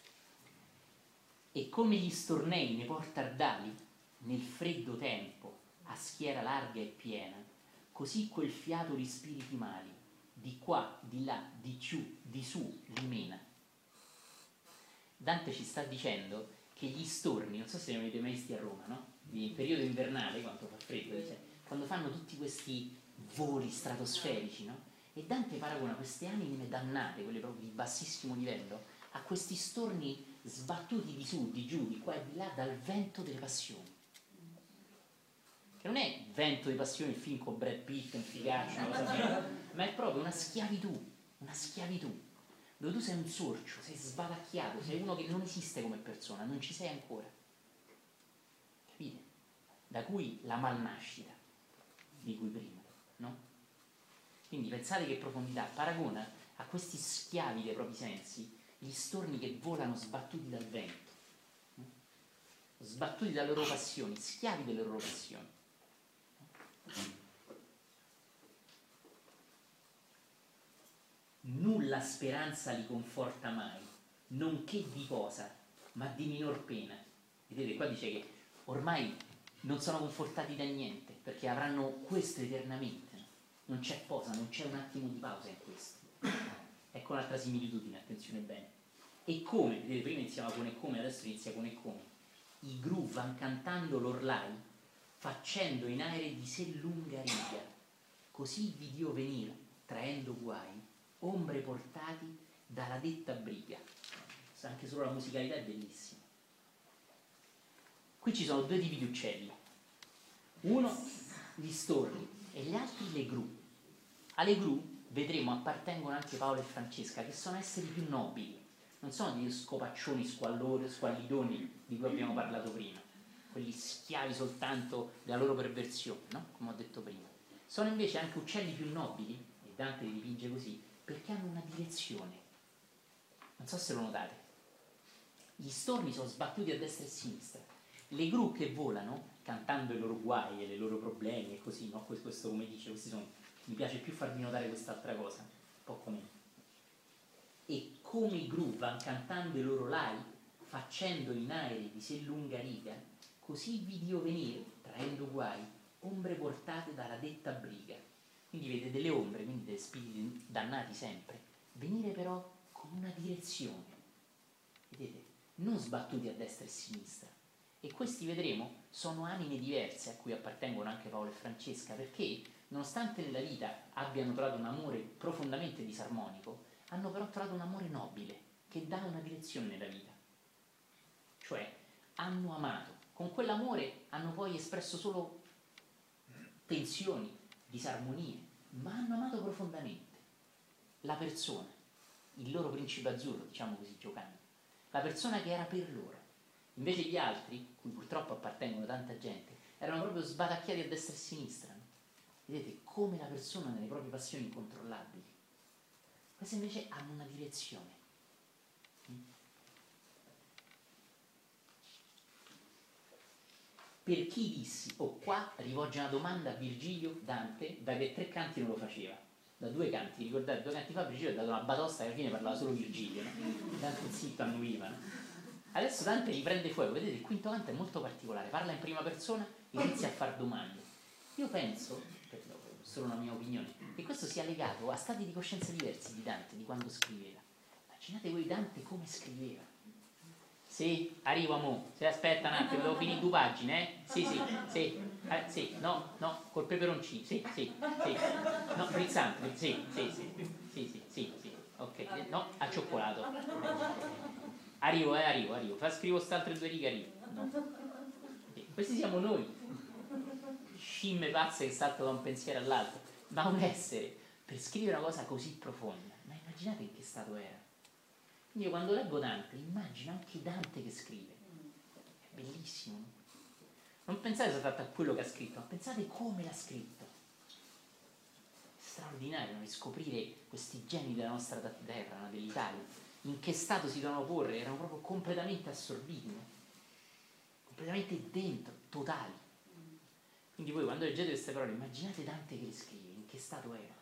E come gli stornei nei portardali, nel freddo tempo, a schiera larga e piena, così quel fiato di spiriti mali, di qua, di là, di giù, di su, li mena. Dante ci sta dicendo che gli storni, non so se ne avete mai visti a Roma, no? In periodo invernale, quando fa freddo, dice, quando fanno tutti questi voli stratosferici, no? E Dante paragona queste anime dannate, quelle proprio di bassissimo livello, a questi storni sbattuti di su, di giù, di qua e di là dal vento delle passioni. Che non è vento di passione il film con Brad Pitt, un figaccio, una cosa mia, ma è proprio una schiavitù, una schiavitù, dove tu sei un sorcio, sei sbatacchiato, sei uno che non esiste come persona, non ci sei ancora. Capite? Da cui la malnascita di cui prima, no? Quindi pensate che profondità, paragona a questi schiavi dei propri sensi gli storni che volano sbattuti dal vento, no? Sbattuti dalle loro passioni, schiavi delle loro passioni. Nulla speranza li conforta mai, nonché di cosa, ma di minor pena. Vedete, qua dice che ormai non sono confortati da niente, perché avranno questo eternamente. Non c'è posa, non c'è un attimo di pausa in questo. Ecco un'altra similitudine, attenzione bene. E come, vedete, prima iniziava con e come, adesso inizia con e come. I gru van cantando l'orlai, facendo in aere di sé lunga riga, così vidio venir, traendo guai, ombre portati dalla detta briga. Anche solo la musicalità è bellissima. Qui ci sono due tipi di uccelli, uno gli storni e gli altri le gru. Alle gru vedremo appartengono anche Paolo e Francesca, che sono esseri più nobili, non sono degli scopaccioni squallori, squallidoni di cui abbiamo parlato prima, quelli schiavi soltanto della loro perversione, no? Come ho detto prima. Sono invece anche uccelli più nobili, e Dante li dipinge così, perché hanno una direzione. Non so se lo notate. Gli storni sono sbattuti a destra e a sinistra, le gru che volano, cantando i loro guai e i loro problemi e così, no? Questo, questo come dice, questi sono, mi piace più farvi notare quest'altra cosa, un po' come. E come i gru vanno cantando i loro lai, facendo in aere di sé lunga riga, così vidio venire, traendo guai, ombre portate dalla detta briga. Quindi vede delle ombre, quindi dei spiriti dannati sempre, venire però con una direzione, vedete, non sbattuti a destra e a sinistra. E questi, vedremo, sono anime diverse a cui appartengono anche Paolo e Francesca, perché nonostante nella vita abbiano trovato un amore profondamente disarmonico, hanno però trovato un amore nobile che dà una direzione nella vita. Cioè hanno amato, con quell'amore hanno poi espresso solo tensioni, disarmonie, ma hanno amato profondamente la persona, il loro principe azzurro, diciamo così giocando, la persona che era per loro. Invece gli altri, cui purtroppo appartengono tanta gente, erano proprio sbatacchiati a destra e a sinistra, no? Vedete come la persona nelle proprie passioni incontrollabili. Queste invece hanno una direzione. Per chi dissi, o oh, qua rivolge una domanda a Virgilio Dante, da che tre canti non lo faceva, da due canti, ricordate, due canti fa Virgilio ha dato una batosta che alla fine parlava solo Virgilio, no? Dante zitto annuiva, no? Adesso Dante riprende fuoco, vedete il quinto canto è molto particolare, parla in prima persona e inizia a fare domande. Io penso, per solo una mia opinione, che questo sia legato a stati di coscienza diversi di Dante, di quando scriveva. Immaginate voi Dante come scriveva. Sì, arrivo a mo, se aspetta un attimo, devo finire due pagine, eh? Sì, sì, sì, eh, sì, no, no, col peperoncino, sì, sì, sì, no, frizzante, sì, sì, sì, sì, sì, sì, sì, ok, no, al cioccolato. Arrivo, eh, arrivo, arrivo, fa scrivo quest'altre due righe, arrivo. No. Sì, questi siamo noi, scimmie pazze che saltano da un pensiero all'altro, ma un essere, per scrivere una cosa così profonda, ma immaginate in che stato era. Quindi io quando leggo Dante, immagino anche Dante che scrive. È bellissimo, no? Non pensate soltanto a quello che ha scritto, ma pensate come l'ha scritto. È straordinario, no? Scoprire questi geni della nostra terra, no? Dell'Italia, in che stato si dovevano porre, erano proprio completamente assorbiti, no? Completamente dentro, totali. Quindi voi quando leggete queste parole, immaginate Dante che le scrive, in che stato era.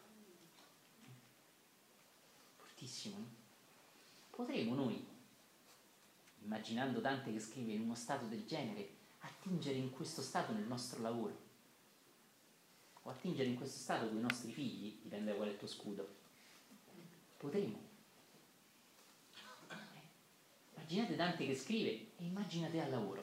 Fortissimo, no? Potremo noi, immaginando Dante che scrive in uno stato del genere, attingere in questo stato nel nostro lavoro, o attingere in questo stato con i nostri figli, dipende da qual è il tuo scudo. Potremo. Eh. Immaginate Dante che scrive e immaginate al lavoro.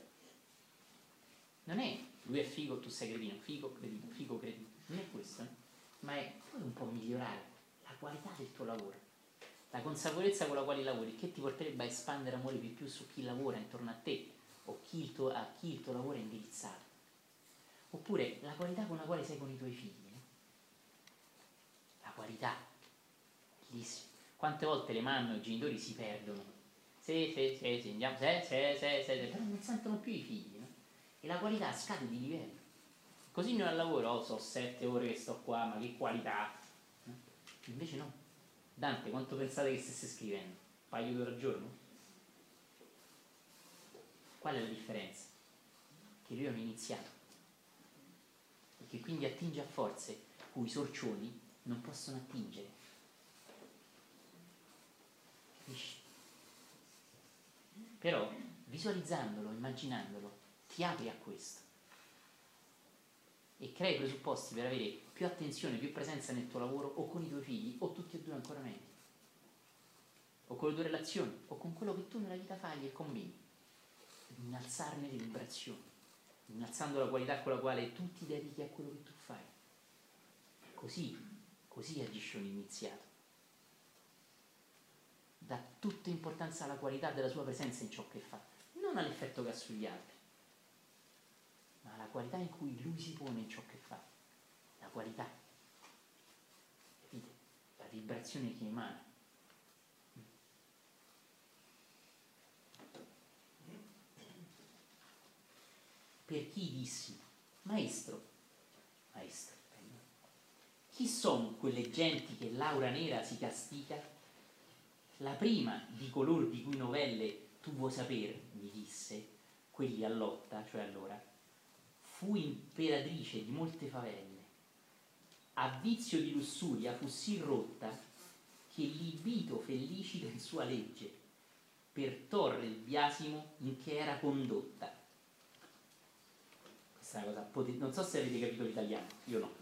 Non è lui è figo, tu sei cretino, figo, cretino, figo, cretino. Non è questo, eh? Ma è poi un po' migliorare la qualità del tuo lavoro. La consapevolezza con la quale lavori, che ti porterebbe a espandere amore di più su chi lavora intorno a te o chi il tuo, a chi il tuo lavoro è indirizzato. Oppure la qualità con la quale sei con i tuoi figli. No? La qualità, bellissimo. Quante volte le mamme o i genitori si perdono? Sì, sì, sì, sì, andiamo, sì, sì, sì, sì, sì, però non sentono più i figli, no? E la qualità scade di livello. Così noi al lavoro, oh, so sette ore che sto qua, ma che qualità! No? Invece no. Dante, quanto pensate che stesse scrivendo? Un paio d'ore al giorno? Qual è la differenza? Che lui aveva iniziato. E che quindi attinge a forze cui i sorcioni non possono attingere. Capisci? Però, visualizzandolo, immaginandolo, ti apri a questo. E crei i presupposti per avere più attenzione, più presenza nel tuo lavoro o con i tuoi figli o tutti e due ancora meglio, o con le tue relazioni o con quello che tu nella vita fai e combini, innalzarne le vibrazioni, innalzando la qualità con la quale tu ti dedichi a quello che tu fai. Così, così agisce un iniziato. Dà tutta importanza alla qualità della sua presenza in ciò che fa, non all'effetto che ha sugli altri, ma alla qualità in cui lui si pone in ciò che fa. La qualità, capite? La vibrazione che emana. Per chi dissi, maestro, maestro, chi sono quelle genti che l'aura nera si castica? La prima di color di cui novelle tu vuoi saper, mi disse, quelli a lotta, cioè allora, fu imperatrice di molte favelle, a vizio di lussuria fu sì rotta che l'ibito felicito in sua legge per torre il biasimo in che era condotta. Questa è una cosa potente, non so se avete capito l'italiano, io no.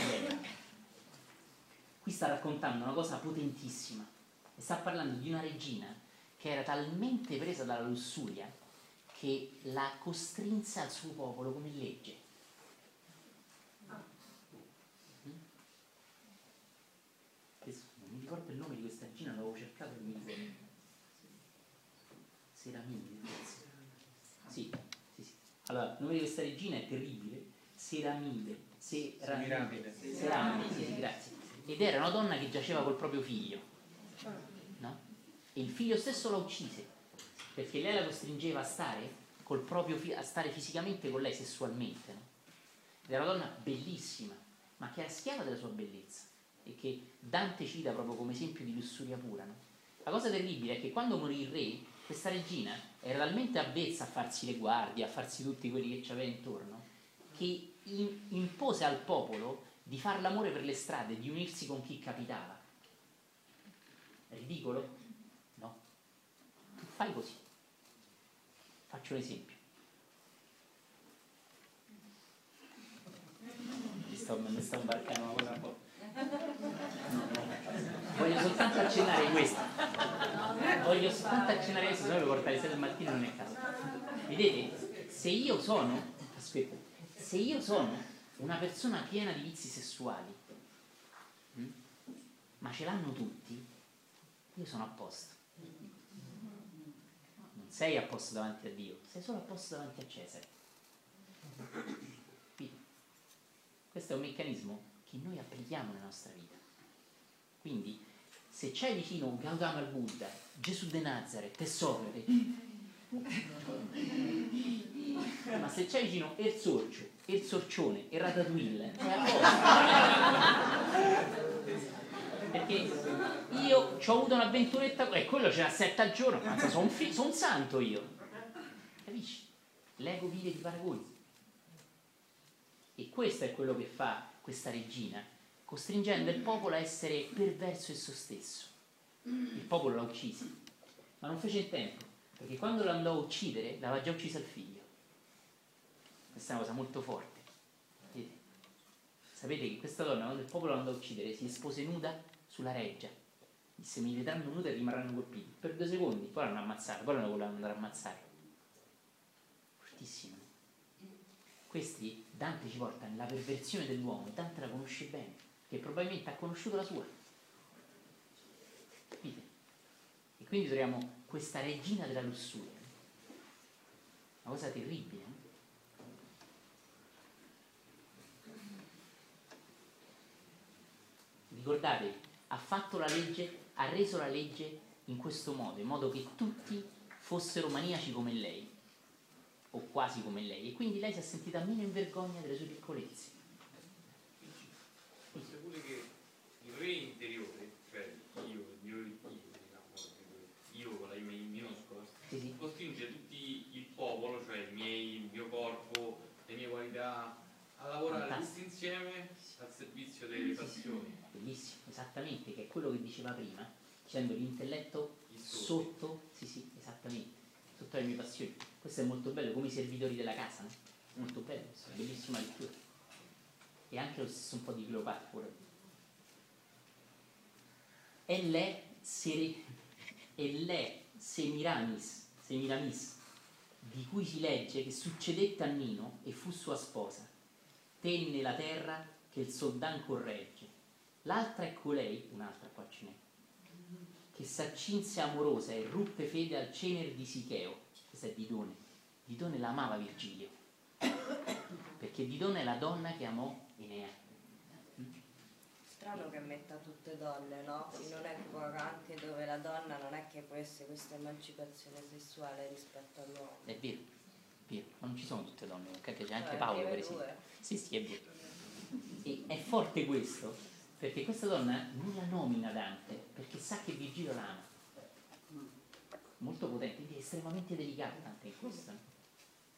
Qui sta raccontando una cosa potentissima e sta parlando di una regina che era talmente presa dalla lussuria che la costrinse al suo popolo come legge. Adesso non mi ricordo il nome di questa regina, l'avevo cercato e mi ricordo. Seramide, forse. Sì, sì, sì. Allora, il nome di questa regina è terribile. Seramide. Seramide. Seramide, sì, grazie. Ed era una donna che giaceva col proprio figlio, no? E il figlio stesso la uccise perché lei la costringeva a stare col proprio fi- a stare fisicamente con lei sessualmente, no? Ed era una donna bellissima, ma che era schiava della sua bellezza e che Dante cita proprio come esempio di lussuria pura, no? La cosa terribile è che quando morì il re, questa regina era talmente avvezza a farsi le guardie, a farsi tutti quelli che c'aveva intorno, che in- impose al popolo di far l'amore per le strade, di unirsi con chi capitava. È ridicolo? No. Fai così. Faccio un esempio. Mi sto, mi sto imbarcando una cosa un po'. No, no. Voglio soltanto accennare questo. Voglio soltanto accennare questo, se no vi portare alle sei del mattino non è caso. Vedete? Se io sono. Aspetta. Se io sono una persona piena di vizi sessuali, hm? ma ce l'hanno tutti, io sono a posto. Non sei a posto davanti a Dio, sei solo a posto davanti a Cesare. Capito? Questo è un meccanismo che noi applichiamo nella nostra vita. Quindi, se c'è vicino Gautama il Buddha, Gesù de Nazareth e Socrate, ma se c'è vicino il sorcio, il sorcione e Ratatouille, è a posto. Perché io ho avuto un'avventuretta e quello ce l'ha sette al giorno, ma sono un, fi- son un santo io. Capisci? L'ego vive di paragoni. E questo è quello che fa questa regina, costringendo il popolo a essere perverso esso stesso. Il popolo l'ha uccisa, ma non fece in tempo, perché quando lo andò a uccidere l'aveva già uccisa il figlio. Questa è una cosa molto forte. Vedete? Sapete che questa donna, quando il popolo lo andò a uccidere, si espose nuda sulla reggia. Disse: mi vedranno nuda e rimarranno colpiti. Per due secondi, poi l'hanno ammazzato, poi l'hanno voluto andare a ammazzare. Fortissimo. Questi Dante ci porta nella perversione dell'uomo, e Dante la conosce bene, che probabilmente ha conosciuto la sua. Capite? E quindi troviamo questa regina della lussuria. Una cosa terribile, no? Ricordatevi, ha fatto la legge, ha reso la legge in questo modo, in modo che tutti fossero maniaci come lei, o quasi come lei, e quindi lei si è sentita meno in vergogna delle sue piccolezze. Forse pure che il re interiore, cioè io, il mio io, diciamo, io con la I minuscola, Sì, sì. costringe tutti il popolo, cioè i miei, il mio corpo, le mie qualità, a lavorare Fantastico. tutti insieme al servizio delle passioni. Bellissimo, esattamente, che è quello che diceva prima, dicendo l'intelletto Il sotto. sotto, sì sì, esattamente, sotto le mie passioni. Questo è molto bello, come i servitori della casa, no? Molto bello, bellissima lettura. E anche lo stesso un po' di Cleopatra ora. E lei sere, e lei Semiramis, Semiramis, di cui si legge che succedette a Nino e fu sua sposa, tenne la terra che il Soldan corregge. L'altra è colei, un'altra qua ce n'è, che s'accinse amorosa e ruppe fede al cener di Sicheo. Questa è Didone. Didone l'amava Virgilio, perché Didone è la donna che amò Enea. Strano che metta tutte donne, no? In un'epoca anche dove la donna non è che può essere questa emancipazione sessuale rispetto all'uomo. È vero, è vero, ma non ci sono tutte donne, perché c'è anche Cioè, Paolo prime per esempio. due. Sì, sì, è vero. E è forte questo, perché questa donna non la nomina Dante, perché sa che Virgilio l'ama. Molto potente, quindi è estremamente delicato Dante in questo.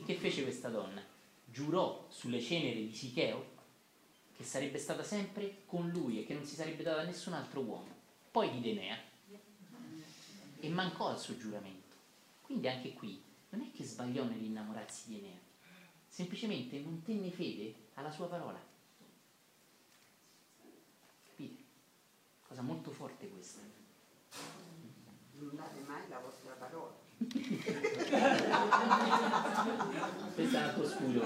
E che fece questa donna? Giurò sulle ceneri di Sicheo che sarebbe stata sempre con lui e che non si sarebbe data a nessun altro uomo. Poi di Enea, e mancò al suo giuramento. Quindi anche qui non è che sbagliò nell'innamorarsi di Enea, semplicemente non tenne fede alla sua parola. Capite? Cosa molto forte questa. Non date mai la vostra parola. Questo è un altro scudo.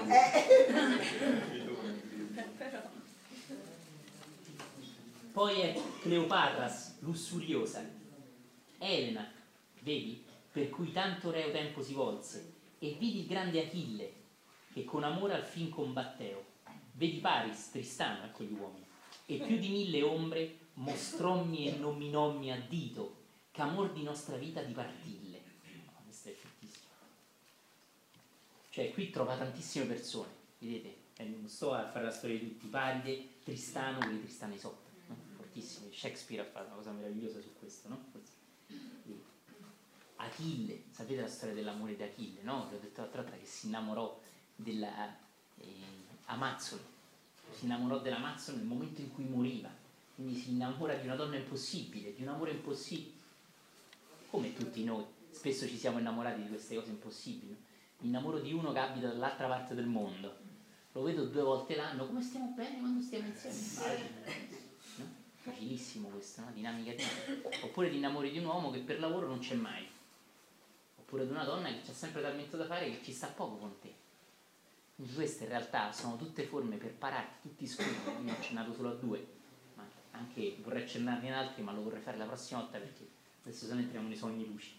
Poi è Cleopatras, lussuriosa. Elena, vedi, per cui tanto reo tempo si volse, e vidi il grande Achille, che con amore al fin combatteo. Vedi Paris, Tristano, ecco gli uomini, e più di mille ombre mostrommi e nominommi a dito, ch'amor di nostra vita dipartille. Oh, questo è fittissimo. Cioè qui trova tantissime persone, vedete? Eh, non sto a fare la storia di tutti, Paride, Tristano, quelli Tristano e Isotta, no? Fortissimi. Shakespeare ha fatto una cosa meravigliosa su questo, no? Achille, sapete la storia dell'amore di Achille, no? Vi ho detto l'altra volta che si innamorò della eh, Amazzone, si innamorò dell'Amazzone nel momento in cui moriva, quindi si innamora di una donna impossibile, di un amore impossibile, come tutti noi, spesso ci siamo innamorati di queste cose impossibili, no? Mi innamoro di uno che abita dall'altra parte del mondo, lo vedo due volte l'anno, come stiamo bene quando stiamo insieme? No? Facilissimo questo, no? Dinamica di... Oppure ti innamori di un uomo che per lavoro non c'è mai, oppure di una donna che c'ha sempre talmente da fare che ci sta poco con te. Quindi queste in realtà sono tutte forme per pararti tutti scudi. Io ho accennato solo a due, ma anche vorrei accennarne in altri, ma lo vorrei fare la prossima volta perché adesso se ne entriamo nei sogni lucidi.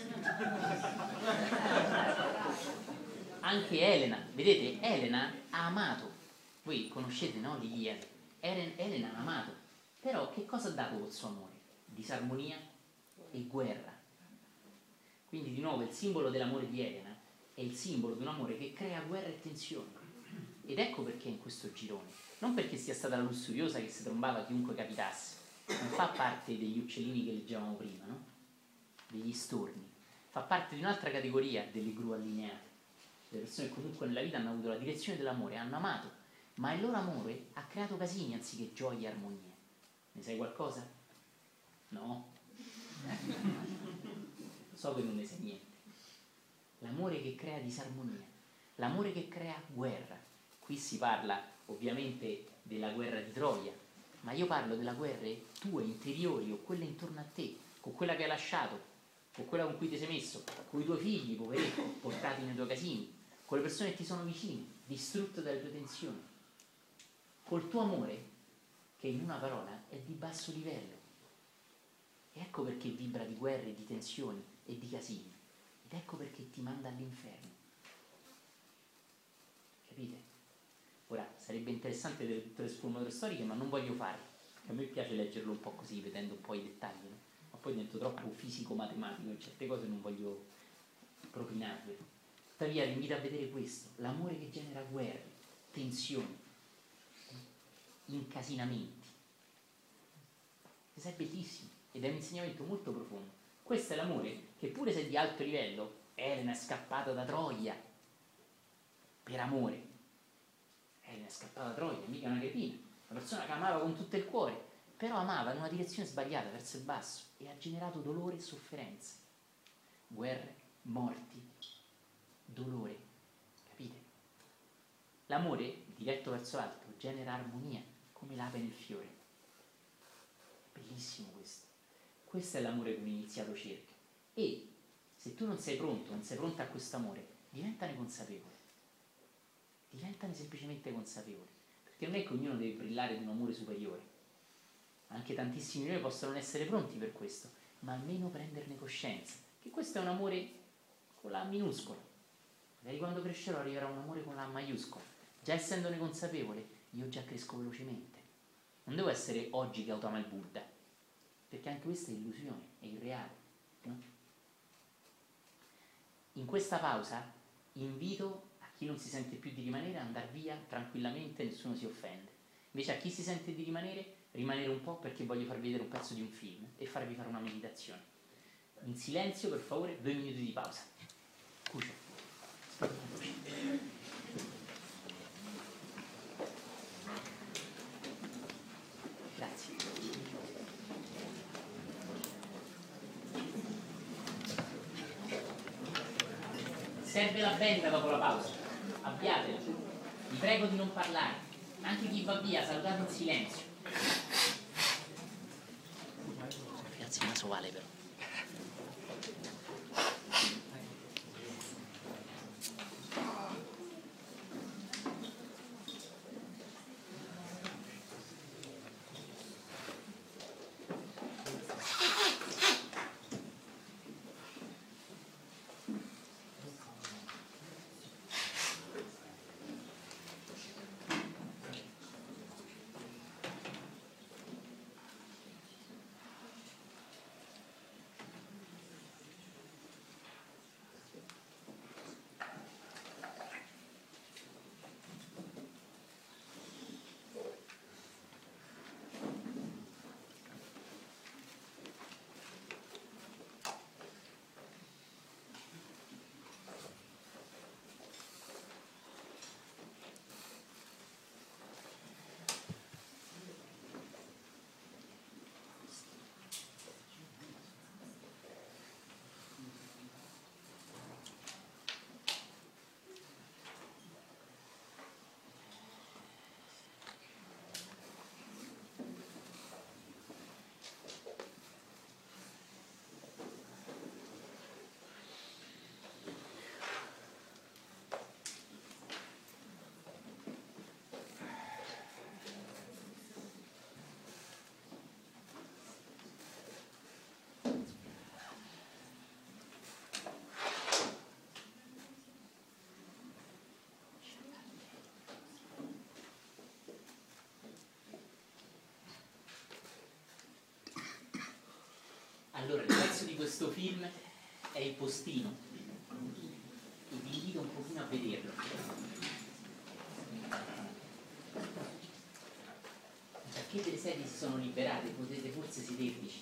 Anche Elena, vedete, Elena ha amato, voi conoscete, no, l'Iliade? Elena ha amato, però che cosa ha dato col suo amore? Disarmonia e guerra. Quindi di nuovo il simbolo dell'amore di Elena è il simbolo di un amore che crea guerra e tensione. Ed ecco perché in questo girone, non perché sia stata la lussuriosa che si trombava chiunque capitasse, non fa parte degli uccellini che leggevamo prima, no? Degli storni, fa parte di un'altra categoria delle gru allineate, delle persone che comunque nella vita hanno avuto la direzione dell'amore, hanno amato, ma il loro amore ha creato casini anziché gioie e armonie. Ne sai qualcosa? No? So che non ne sai niente. L'amore che crea disarmonia, l'amore che crea guerra. Qui si parla ovviamente della guerra di Troia, ma io parlo della guerre tue interiori o quelle intorno a te, con quella che hai lasciato, con quella con cui ti sei messo, con i tuoi figli, poveretto, portati nei tuoi casini, con le persone che ti sono vicine, distrutte dalle tue tensioni, col tuo amore che in una parola è di basso livello. E ecco perché vibra di guerre, di tensioni e di casini. Ed ecco perché ti manda all'inferno. Capite? Ora, sarebbe interessante vedere tutte le sfumature storiche, ma non voglio farlo. A me piace leggerlo un po' così, vedendo un po' i dettagli, no? Ma poi divento troppo fisico-matematico in certe cose, non voglio propinarvelo. Tuttavia vi invito a vedere questo, l'amore che genera guerre, tensioni, incasinamenti. Questo è bellissimo ed è un insegnamento molto profondo. Questo è l'amore che pure se è di alto livello, Elena è scappata da Troia per amore. Elena è scappata da Troia, mica una cretina, una persona che amava con tutto il cuore, però amava in una direzione sbagliata, verso il basso, e ha generato dolore e sofferenza, guerre, morti, dolore, capite? L'amore diretto verso l'alto genera armonia, come l'ape nel fiore. Bellissimo questo. Questo è l'amore che un iniziato cerca. E se tu non sei pronto, non sei pronta a questo amore, diventane consapevole. Diventane semplicemente consapevole. Perché non è che ognuno deve brillare di un amore superiore. Anche tantissimi di noi possono non essere pronti per questo, ma almeno prenderne coscienza. Che questo è un amore con la minuscola. Magari quando crescerò arriverà un amore con la maiuscola. Già essendone consapevole, io già cresco velocemente. Non devo essere oggi che autoama il Buddha, perché anche questa è illusione, è irreale, no? In questa pausa invito a chi non si sente più di rimanere ad andare via tranquillamente, nessuno si offende. Invece a chi si sente di rimanere, rimanere un po' perché voglio farvi vedere un pezzo di un film e farvi fare una meditazione. In silenzio, per favore, due minuti di pausa. Cucio. Grazie. Serve la benda dopo la pausa. Avviatela. Vi prego di non parlare. Anche chi va via, salutate in silenzio. Ragazzi, il naso vale però. Allora, il pezzo di questo film è Il postino e vi invito un pochino a vederlo. Perché delle sedie si sono liberate, potete forse sedervici.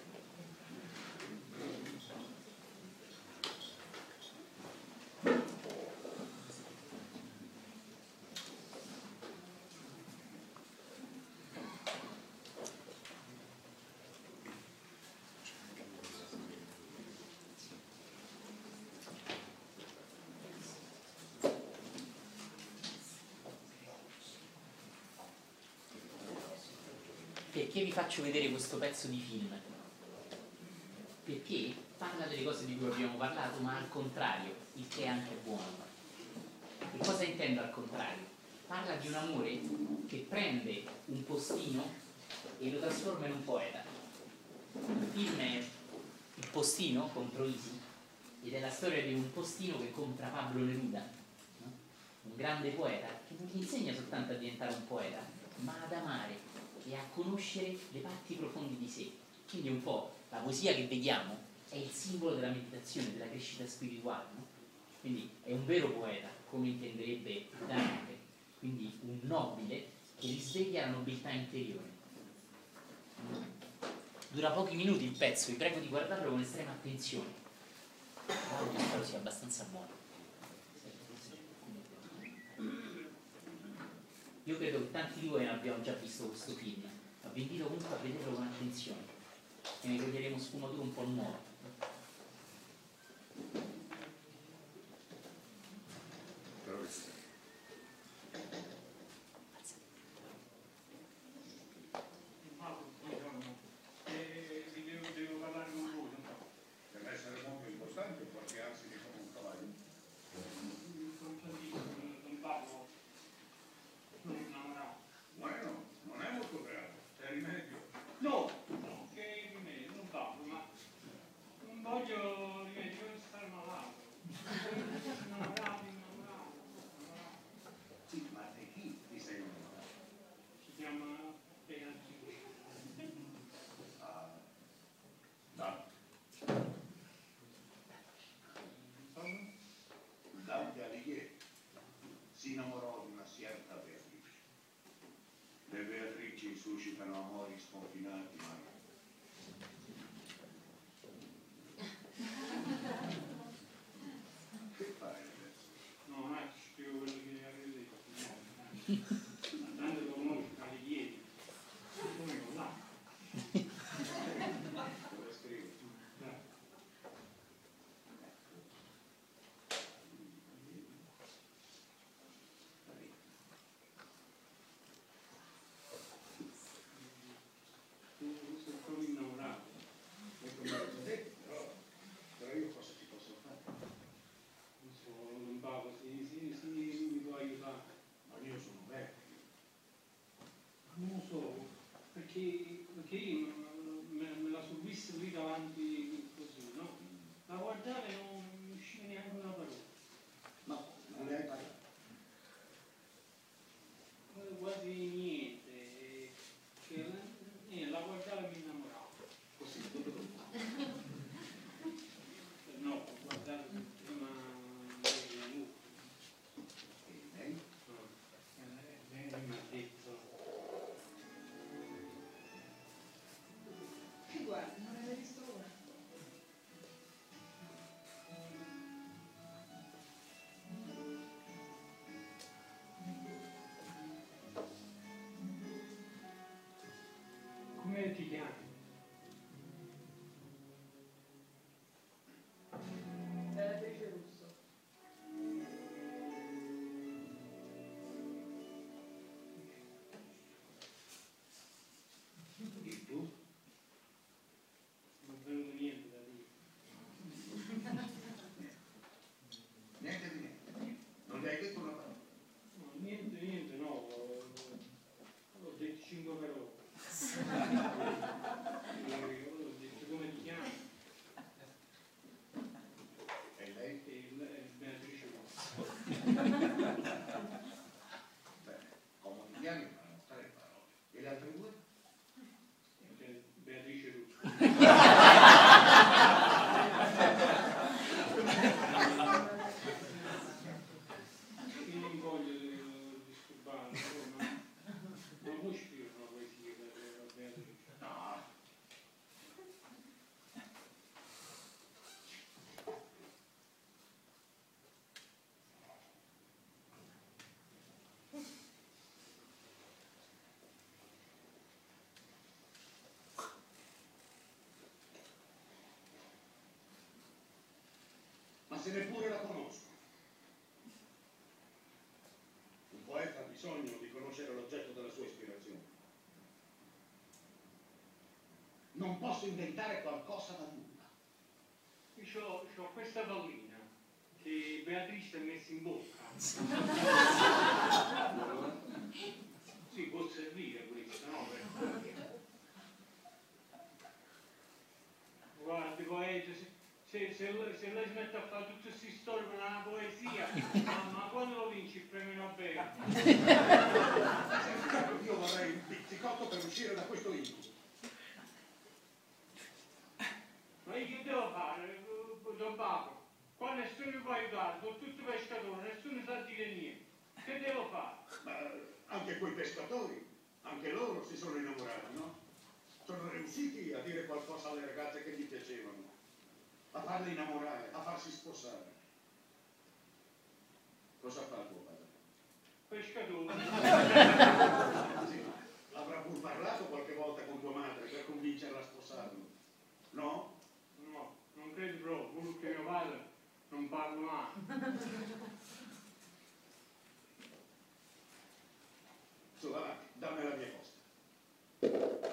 Perché vi faccio vedere questo pezzo di film? Perché parla delle cose di cui abbiamo parlato, ma al contrario, il che è anche buono. E cosa intendo al contrario? Parla di un amore che prende un postino e lo trasforma in un poeta. Il film è Il postino contro Isi ed è la storia di un postino che incontra Pablo Neruda, no? Un grande poeta che non gli insegna soltanto a diventare un poeta, ma ad amare e a conoscere le parti profonde di sé. Quindi un po' la poesia che vediamo è il simbolo della meditazione, della crescita spirituale, no? Quindi è un vero poeta, come intenderebbe Dante, quindi un nobile che risveglia la nobiltà interiore. Dura pochi minuti il pezzo, vi prego di guardarlo con estrema attenzione. L'audio spero sia abbastanza buono. Io credo che tanti di voi non abbiano già visto questo film, ma vi invito comunque a vederlo con attenzione e ne coglieremo sfumature un po' nuove. Si innamorò di una certa Beatrice. Le Beatrici suscitano amori sconfinati, ma che fai adesso? quasi niente, che, eh, la guardavo e mi innamoravo. Così, dove lo fa? No, ho guardato prima lei. E lei? No, lei mi ha detto. Che guardi, non l'avete visto ora? Come ti chiami? Beatrice Russo. E tu? Non è venuto niente da dire. Niente di niente. Non le hai detto una parola. No, niente, niente, no. Ho, ho detto cinque parole. Ho detto come ti chiami? E lei? E lei- Beatrice Russo. Bene, come ti chiami fanno tre parole. E le altre due? Be- Beatrice Russo. Io non voglio eh, disturbare, ma non puoi scrivere una poesia per Beatrice. No. Ma se neppure la conosco. Un poeta ha bisogno di conoscere l'oggetto della sua ispirazione. Non posso inventare qualcosa da nulla. Io ho questa pallina che Beatrice ha messo in bocca. Sì, può servire questa, no? Per- Guardi, poeta, se, se, se, lei, se lei smette a fare tutte queste storie per una poesia, ma, ma quando lo vinci il premio Nobel? Senti, io vorrei un pizzicotto per uscire da questo incubo. Ma io che devo fare, Don Pablo? Qua nessuno mi può aiutare, sono tutti pescatori, nessuno sa dire niente. Che devo fare? Ma anche quei pescatori, anche loro si sono innamorati, no? Sono riusciti a dire qualcosa alle ragazze che gli piacevano, a farle innamorare, a farsi sposare. Cosa fa tuo padre? Pescatori. Sì, avrà pur parlato qualche volta con tua madre per convincerla a sposarlo, no? No, non credo proprio, quello che mio padre non parlo mai. Su, avanti, dammi la mia posta.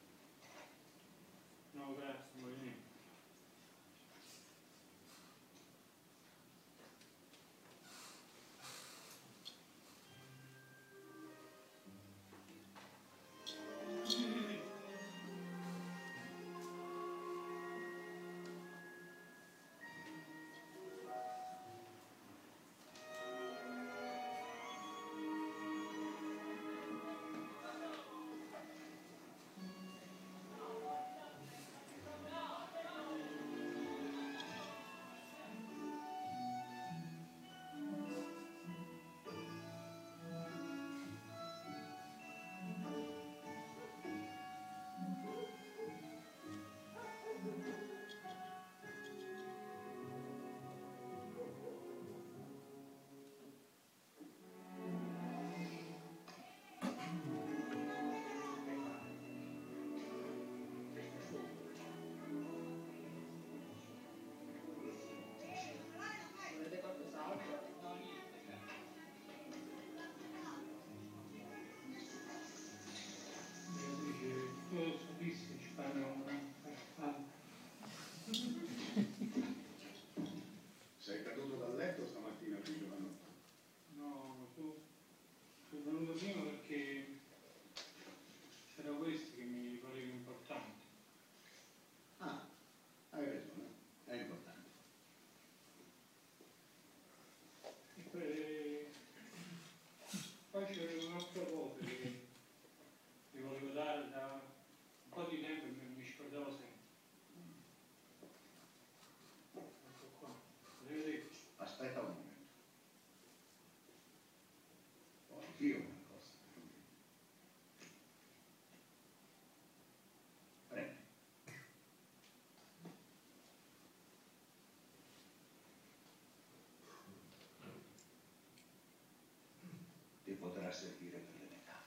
No, grazie, non è niente. anch'io una cosa. Prendi. Ti potrà servire per le metafore.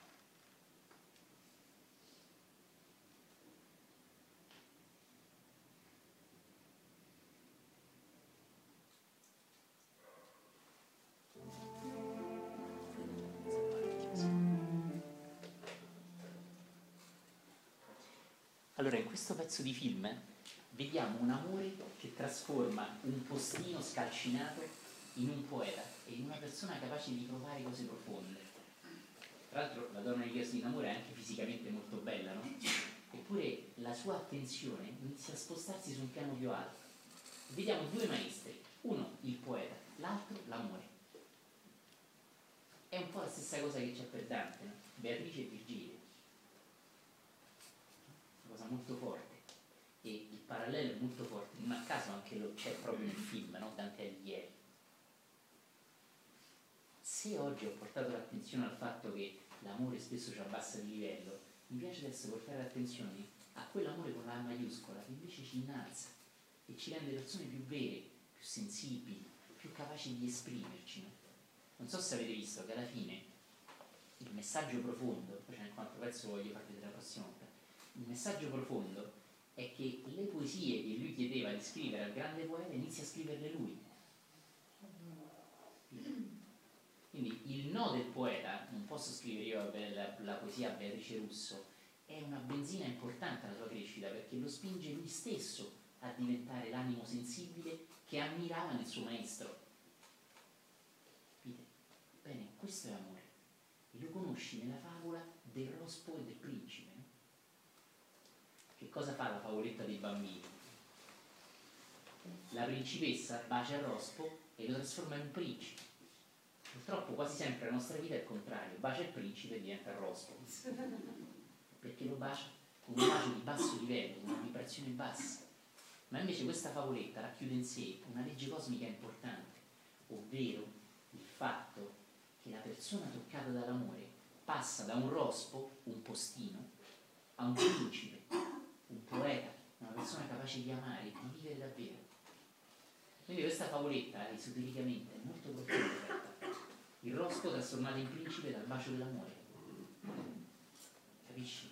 Allora, in questo pezzo di film vediamo un amore che trasforma un postino scalcinato in un poeta e in una persona capace di provare cose profonde. Tra l'altro la donna di cui si innamora è anche fisicamente molto bella, no? Eppure la sua attenzione inizia a spostarsi su un piano più alto. Vediamo due maestri, uno il poeta, l'altro l'amore. È un po' la stessa cosa che c'è per Dante, no? Beatrice e Virgilio. Una cosa molto forte. E il parallelo è molto forte, non a caso anche lo c'è proprio nel film, no? Dante Alighieri. Se oggi ho portato l'attenzione al fatto che l'amore spesso ci abbassa di livello, mi piace adesso portare l'attenzione a quell'amore con la A maiuscola che invece ci innalza e ci rende persone più vere, più sensibili, più capaci di esprimerci, no? Non so se avete visto che alla fine il messaggio profondo, poi c'è un altro pezzo che voglio farvi vedere la prossima volta, il messaggio profondo è che le poesie che lui chiedeva di scrivere al grande poeta inizia a scriverle lui. Quindi il no del poeta, non posso scrivere io la, la poesia a Beatrice Russo, è una benzina importante alla sua crescita perché lo spinge lui stesso a diventare l'animo sensibile che ammirava nel suo maestro. Capite? Bene, questo è amore. E lo conosci nella favola del rospo e del principe. No? Che cosa fa la favoletta dei bambini? La principessa bacia il rospo e lo trasforma in un principe. Purtroppo quasi sempre la nostra vita è il contrario, bacia il principe e diventa il rospo, perché lo bacia con un bacio di basso livello, una vibrazione bassa. Ma invece questa favoletta racchiude in sé una legge cosmica importante, ovvero il fatto che la persona toccata dall'amore passa da un rospo, un postino, a un principe, un poeta, una persona capace di amare e di vivere davvero. Quindi questa favoletta esotericamente è molto profonda. Il rospo trasformato in principe dal bacio dell'amore. Capisci?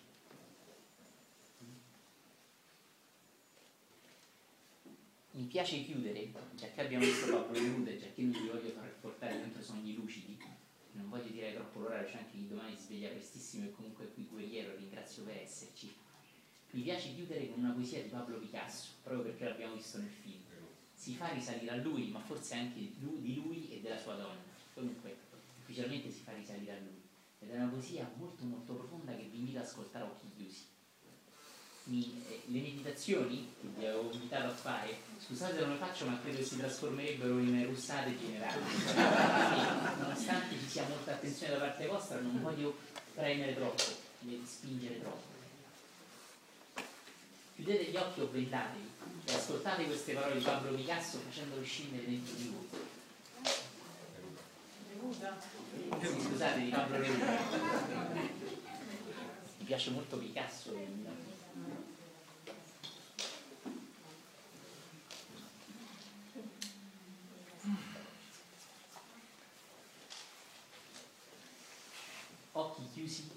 Mi piace chiudere, già che abbiamo visto Pablo Neruda, già che non vi voglio far portare dentro sogni lucidi, non voglio dire troppo l'orario, c'è anche chi domani si sveglia prestissimo e comunque qui guerriero, ringrazio per esserci. Mi piace chiudere con una poesia di Pablo Picasso, proprio perché l'abbiamo visto nel film. Si fa risalire a lui, ma forse anche di lui e della sua donna. Comunque, ufficialmente si fa risalire a lui. Ed è una poesia molto molto profonda che vi invito ad ascoltare a occhi chiusi. Mi, eh, le meditazioni che vi avevo invitato a fare, scusate non le faccio, ma credo che si trasformerebbero in russate generali. Quindi, nonostante ci sia molta attenzione da parte vostra, non voglio premere troppo, spingere troppo. Chiudete gli occhi o vendatevi e ascoltate queste parole di Pablo Picasso facendole scendere dentro di voi. Sì, scusate, di Pablo Neruda. Mi piace molto Picasso. Occhi chiusi.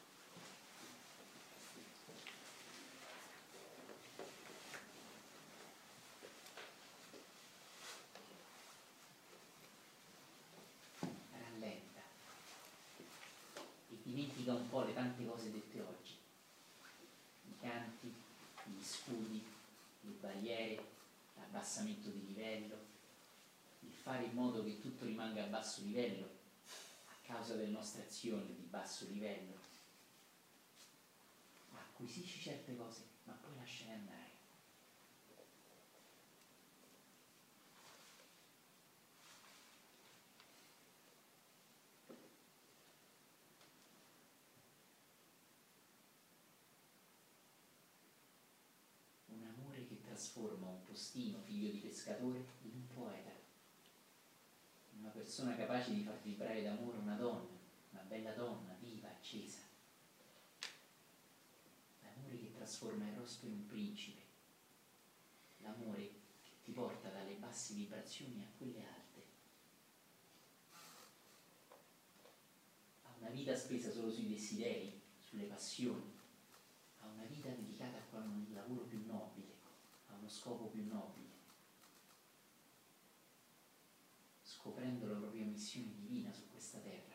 Dimentica un po' le tante cose dette oggi, i canti, gli scudi, le barriere, l'abbassamento di livello, il fare in modo che tutto rimanga a basso livello a causa delle nostre azioni di basso livello. Acquisisci certe cose, ma poi lasciale andare. Trasforma un postino figlio di pescatore in un poeta, una persona capace di far vibrare d'amore una donna, una bella donna, viva, accesa. L'amore che trasforma il rospo in un principe, l'amore che ti porta dalle basse vibrazioni a quelle alte. A una vita spesa solo sui desideri, sulle passioni, a una vita dedicata a un lavoro più nobile, a uno scopo più nobile, scoprendo la propria missione divina su questa terra.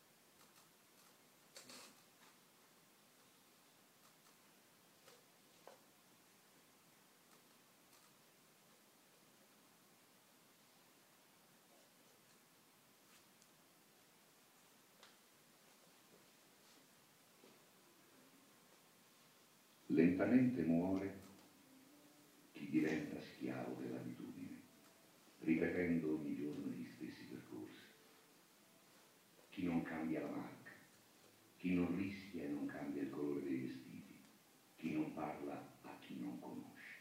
Lentamente muore chi diventa schiavo dell'abitudine, ripetendo ogni giorno gli stessi percorsi. Chi non cambia la marca, chi non rischia e non cambia il colore dei vestiti, chi non parla a chi non conosce.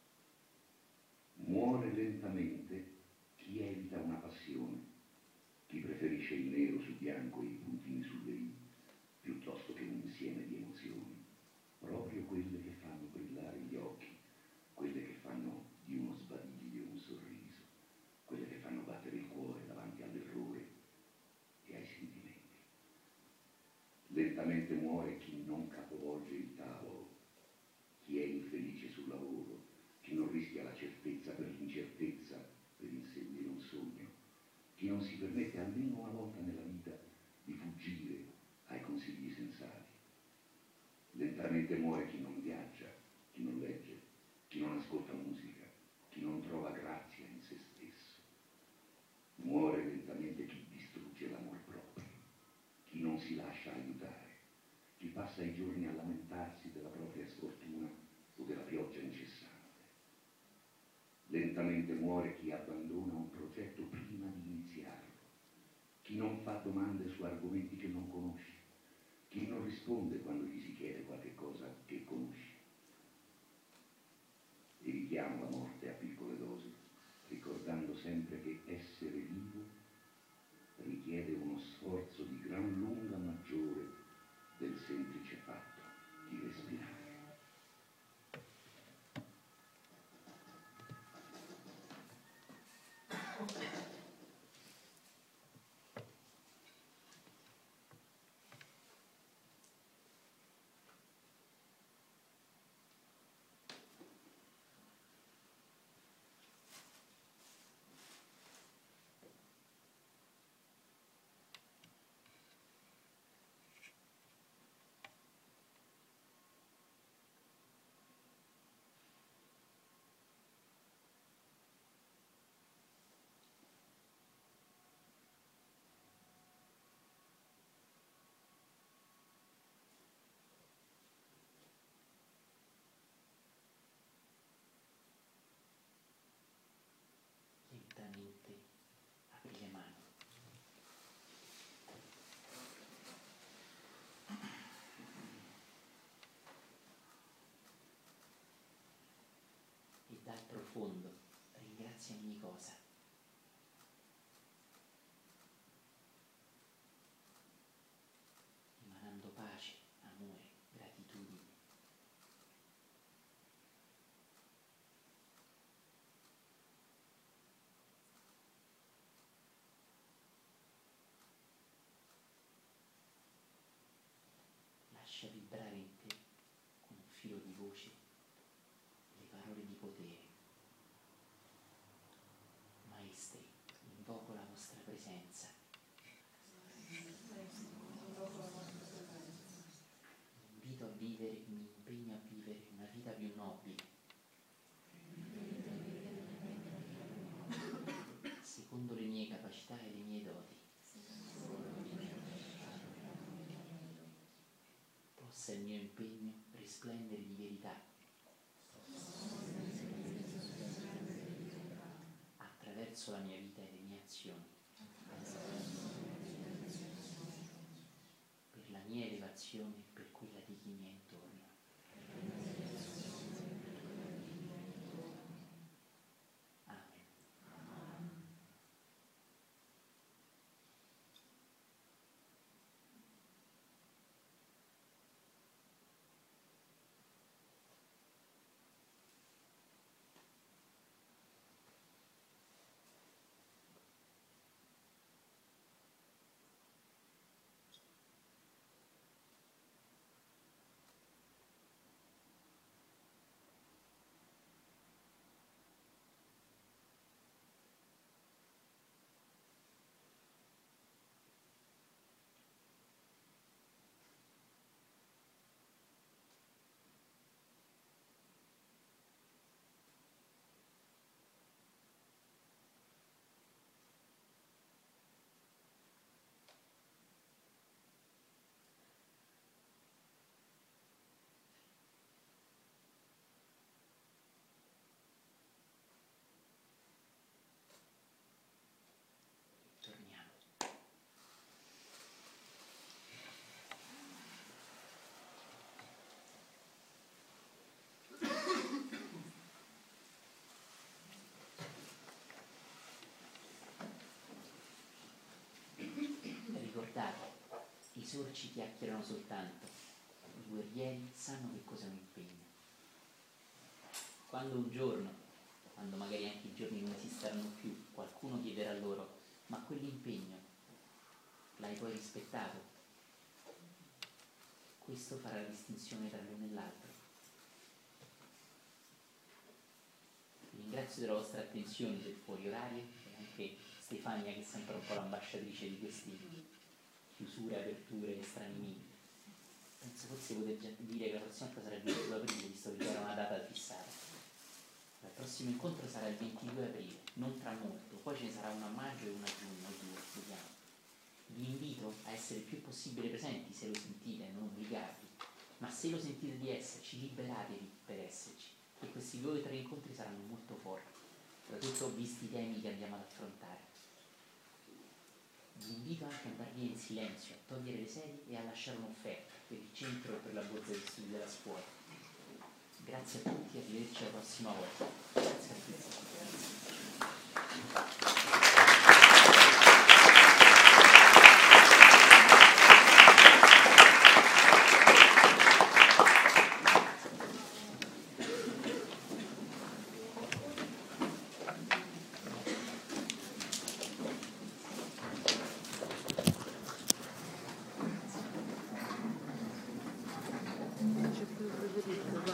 Muore lentamente chi evita una passione, chi preferisce il nero su bianco e i puntini sulle i, piuttosto che un insieme di emozioni, proprio quelle che fanno brillare gli occhi, quelle che fanno di uno sbadiglio un sorriso, quelle che fanno battere il cuore davanti all'errore e ai sentimenti. Lentamente muore chi non capovolge il tavolo, chi è infelice sul lavoro, chi non rischia la certezza per l'incertezza per inseguire un sogno, chi non si permette almeno una volta nella vita di fuggire ai consigli sensati. Lentamente muore chi non viaggia, chi non legge, chi non ascolta musica, chi non trova grazia in se stesso. Muore lentamente chi distrugge l'amor proprio, chi non si lascia aiutare, chi passa i giorni a lamentarsi della propria sfortuna o della pioggia incessante. Lentamente muore chi abbandona un progetto prima di iniziarlo, chi non fa domande su argomenti che non conosce, chi non risponde quando gli si chiede qualche cosa che conosce. Evitiamo la morte a piccole dosi, ricordando sempre che essere vivo richiede uno sforzo di gran lunga maggiore del semplice fatto di respirare. Lentamente apri le mani. E dal profondo ringrazia ogni cosa. Emanando pace, amore, gratitudine. Lascia vibrare in te con un filo di voce le parole di potere. Maestri, invoco la vostra presenza. Invito a vivere, mi impegno a vivere una vita più nobile, secondo le mie capacità e le mie doti. Possa il mio impegno risplendere di verità attraverso la mia vita e le mie azioni, per la mia elevazione e per quella di chi mi è intorno. Amen. i sorci chiacchierano soltanto, i guerrieri sanno che cos'è un impegno. Quando un giorno, quando magari anche i giorni non esisteranno più, qualcuno chiederà loro: ma quell'impegno l'hai poi rispettato? Questo farà la distinzione tra l'uno e l'altro. Vi ringrazio della vostra attenzione, del fuori orario, e anche Stefania, che è sempre un po' l'ambasciatrice di questi chiusure, aperture e stranimenti. Penso forse poter già dire che la prossima volta sarà il ventidue aprile, visto che era una data fissata. Il prossimo incontro sarà il ventidue aprile, non tra molto, poi ce ne sarà uno a maggio e uno a giugno, due, vediamo. Vi invito a essere il più possibile presenti, se lo sentite, non obbligarvi, ma se lo sentite di esserci, liberatevi per esserci, e questi due o tre incontri saranno molto forti, soprattutto visti i temi che andiamo ad affrontare. Vi invito anche ad andare via in silenzio, a togliere le sedie e a lasciare un'offerta per il centro e per la borsa di studi della scuola. Grazie a tutti e arrivederci la prossima volta. Grazie a tutti. C'è più preferito.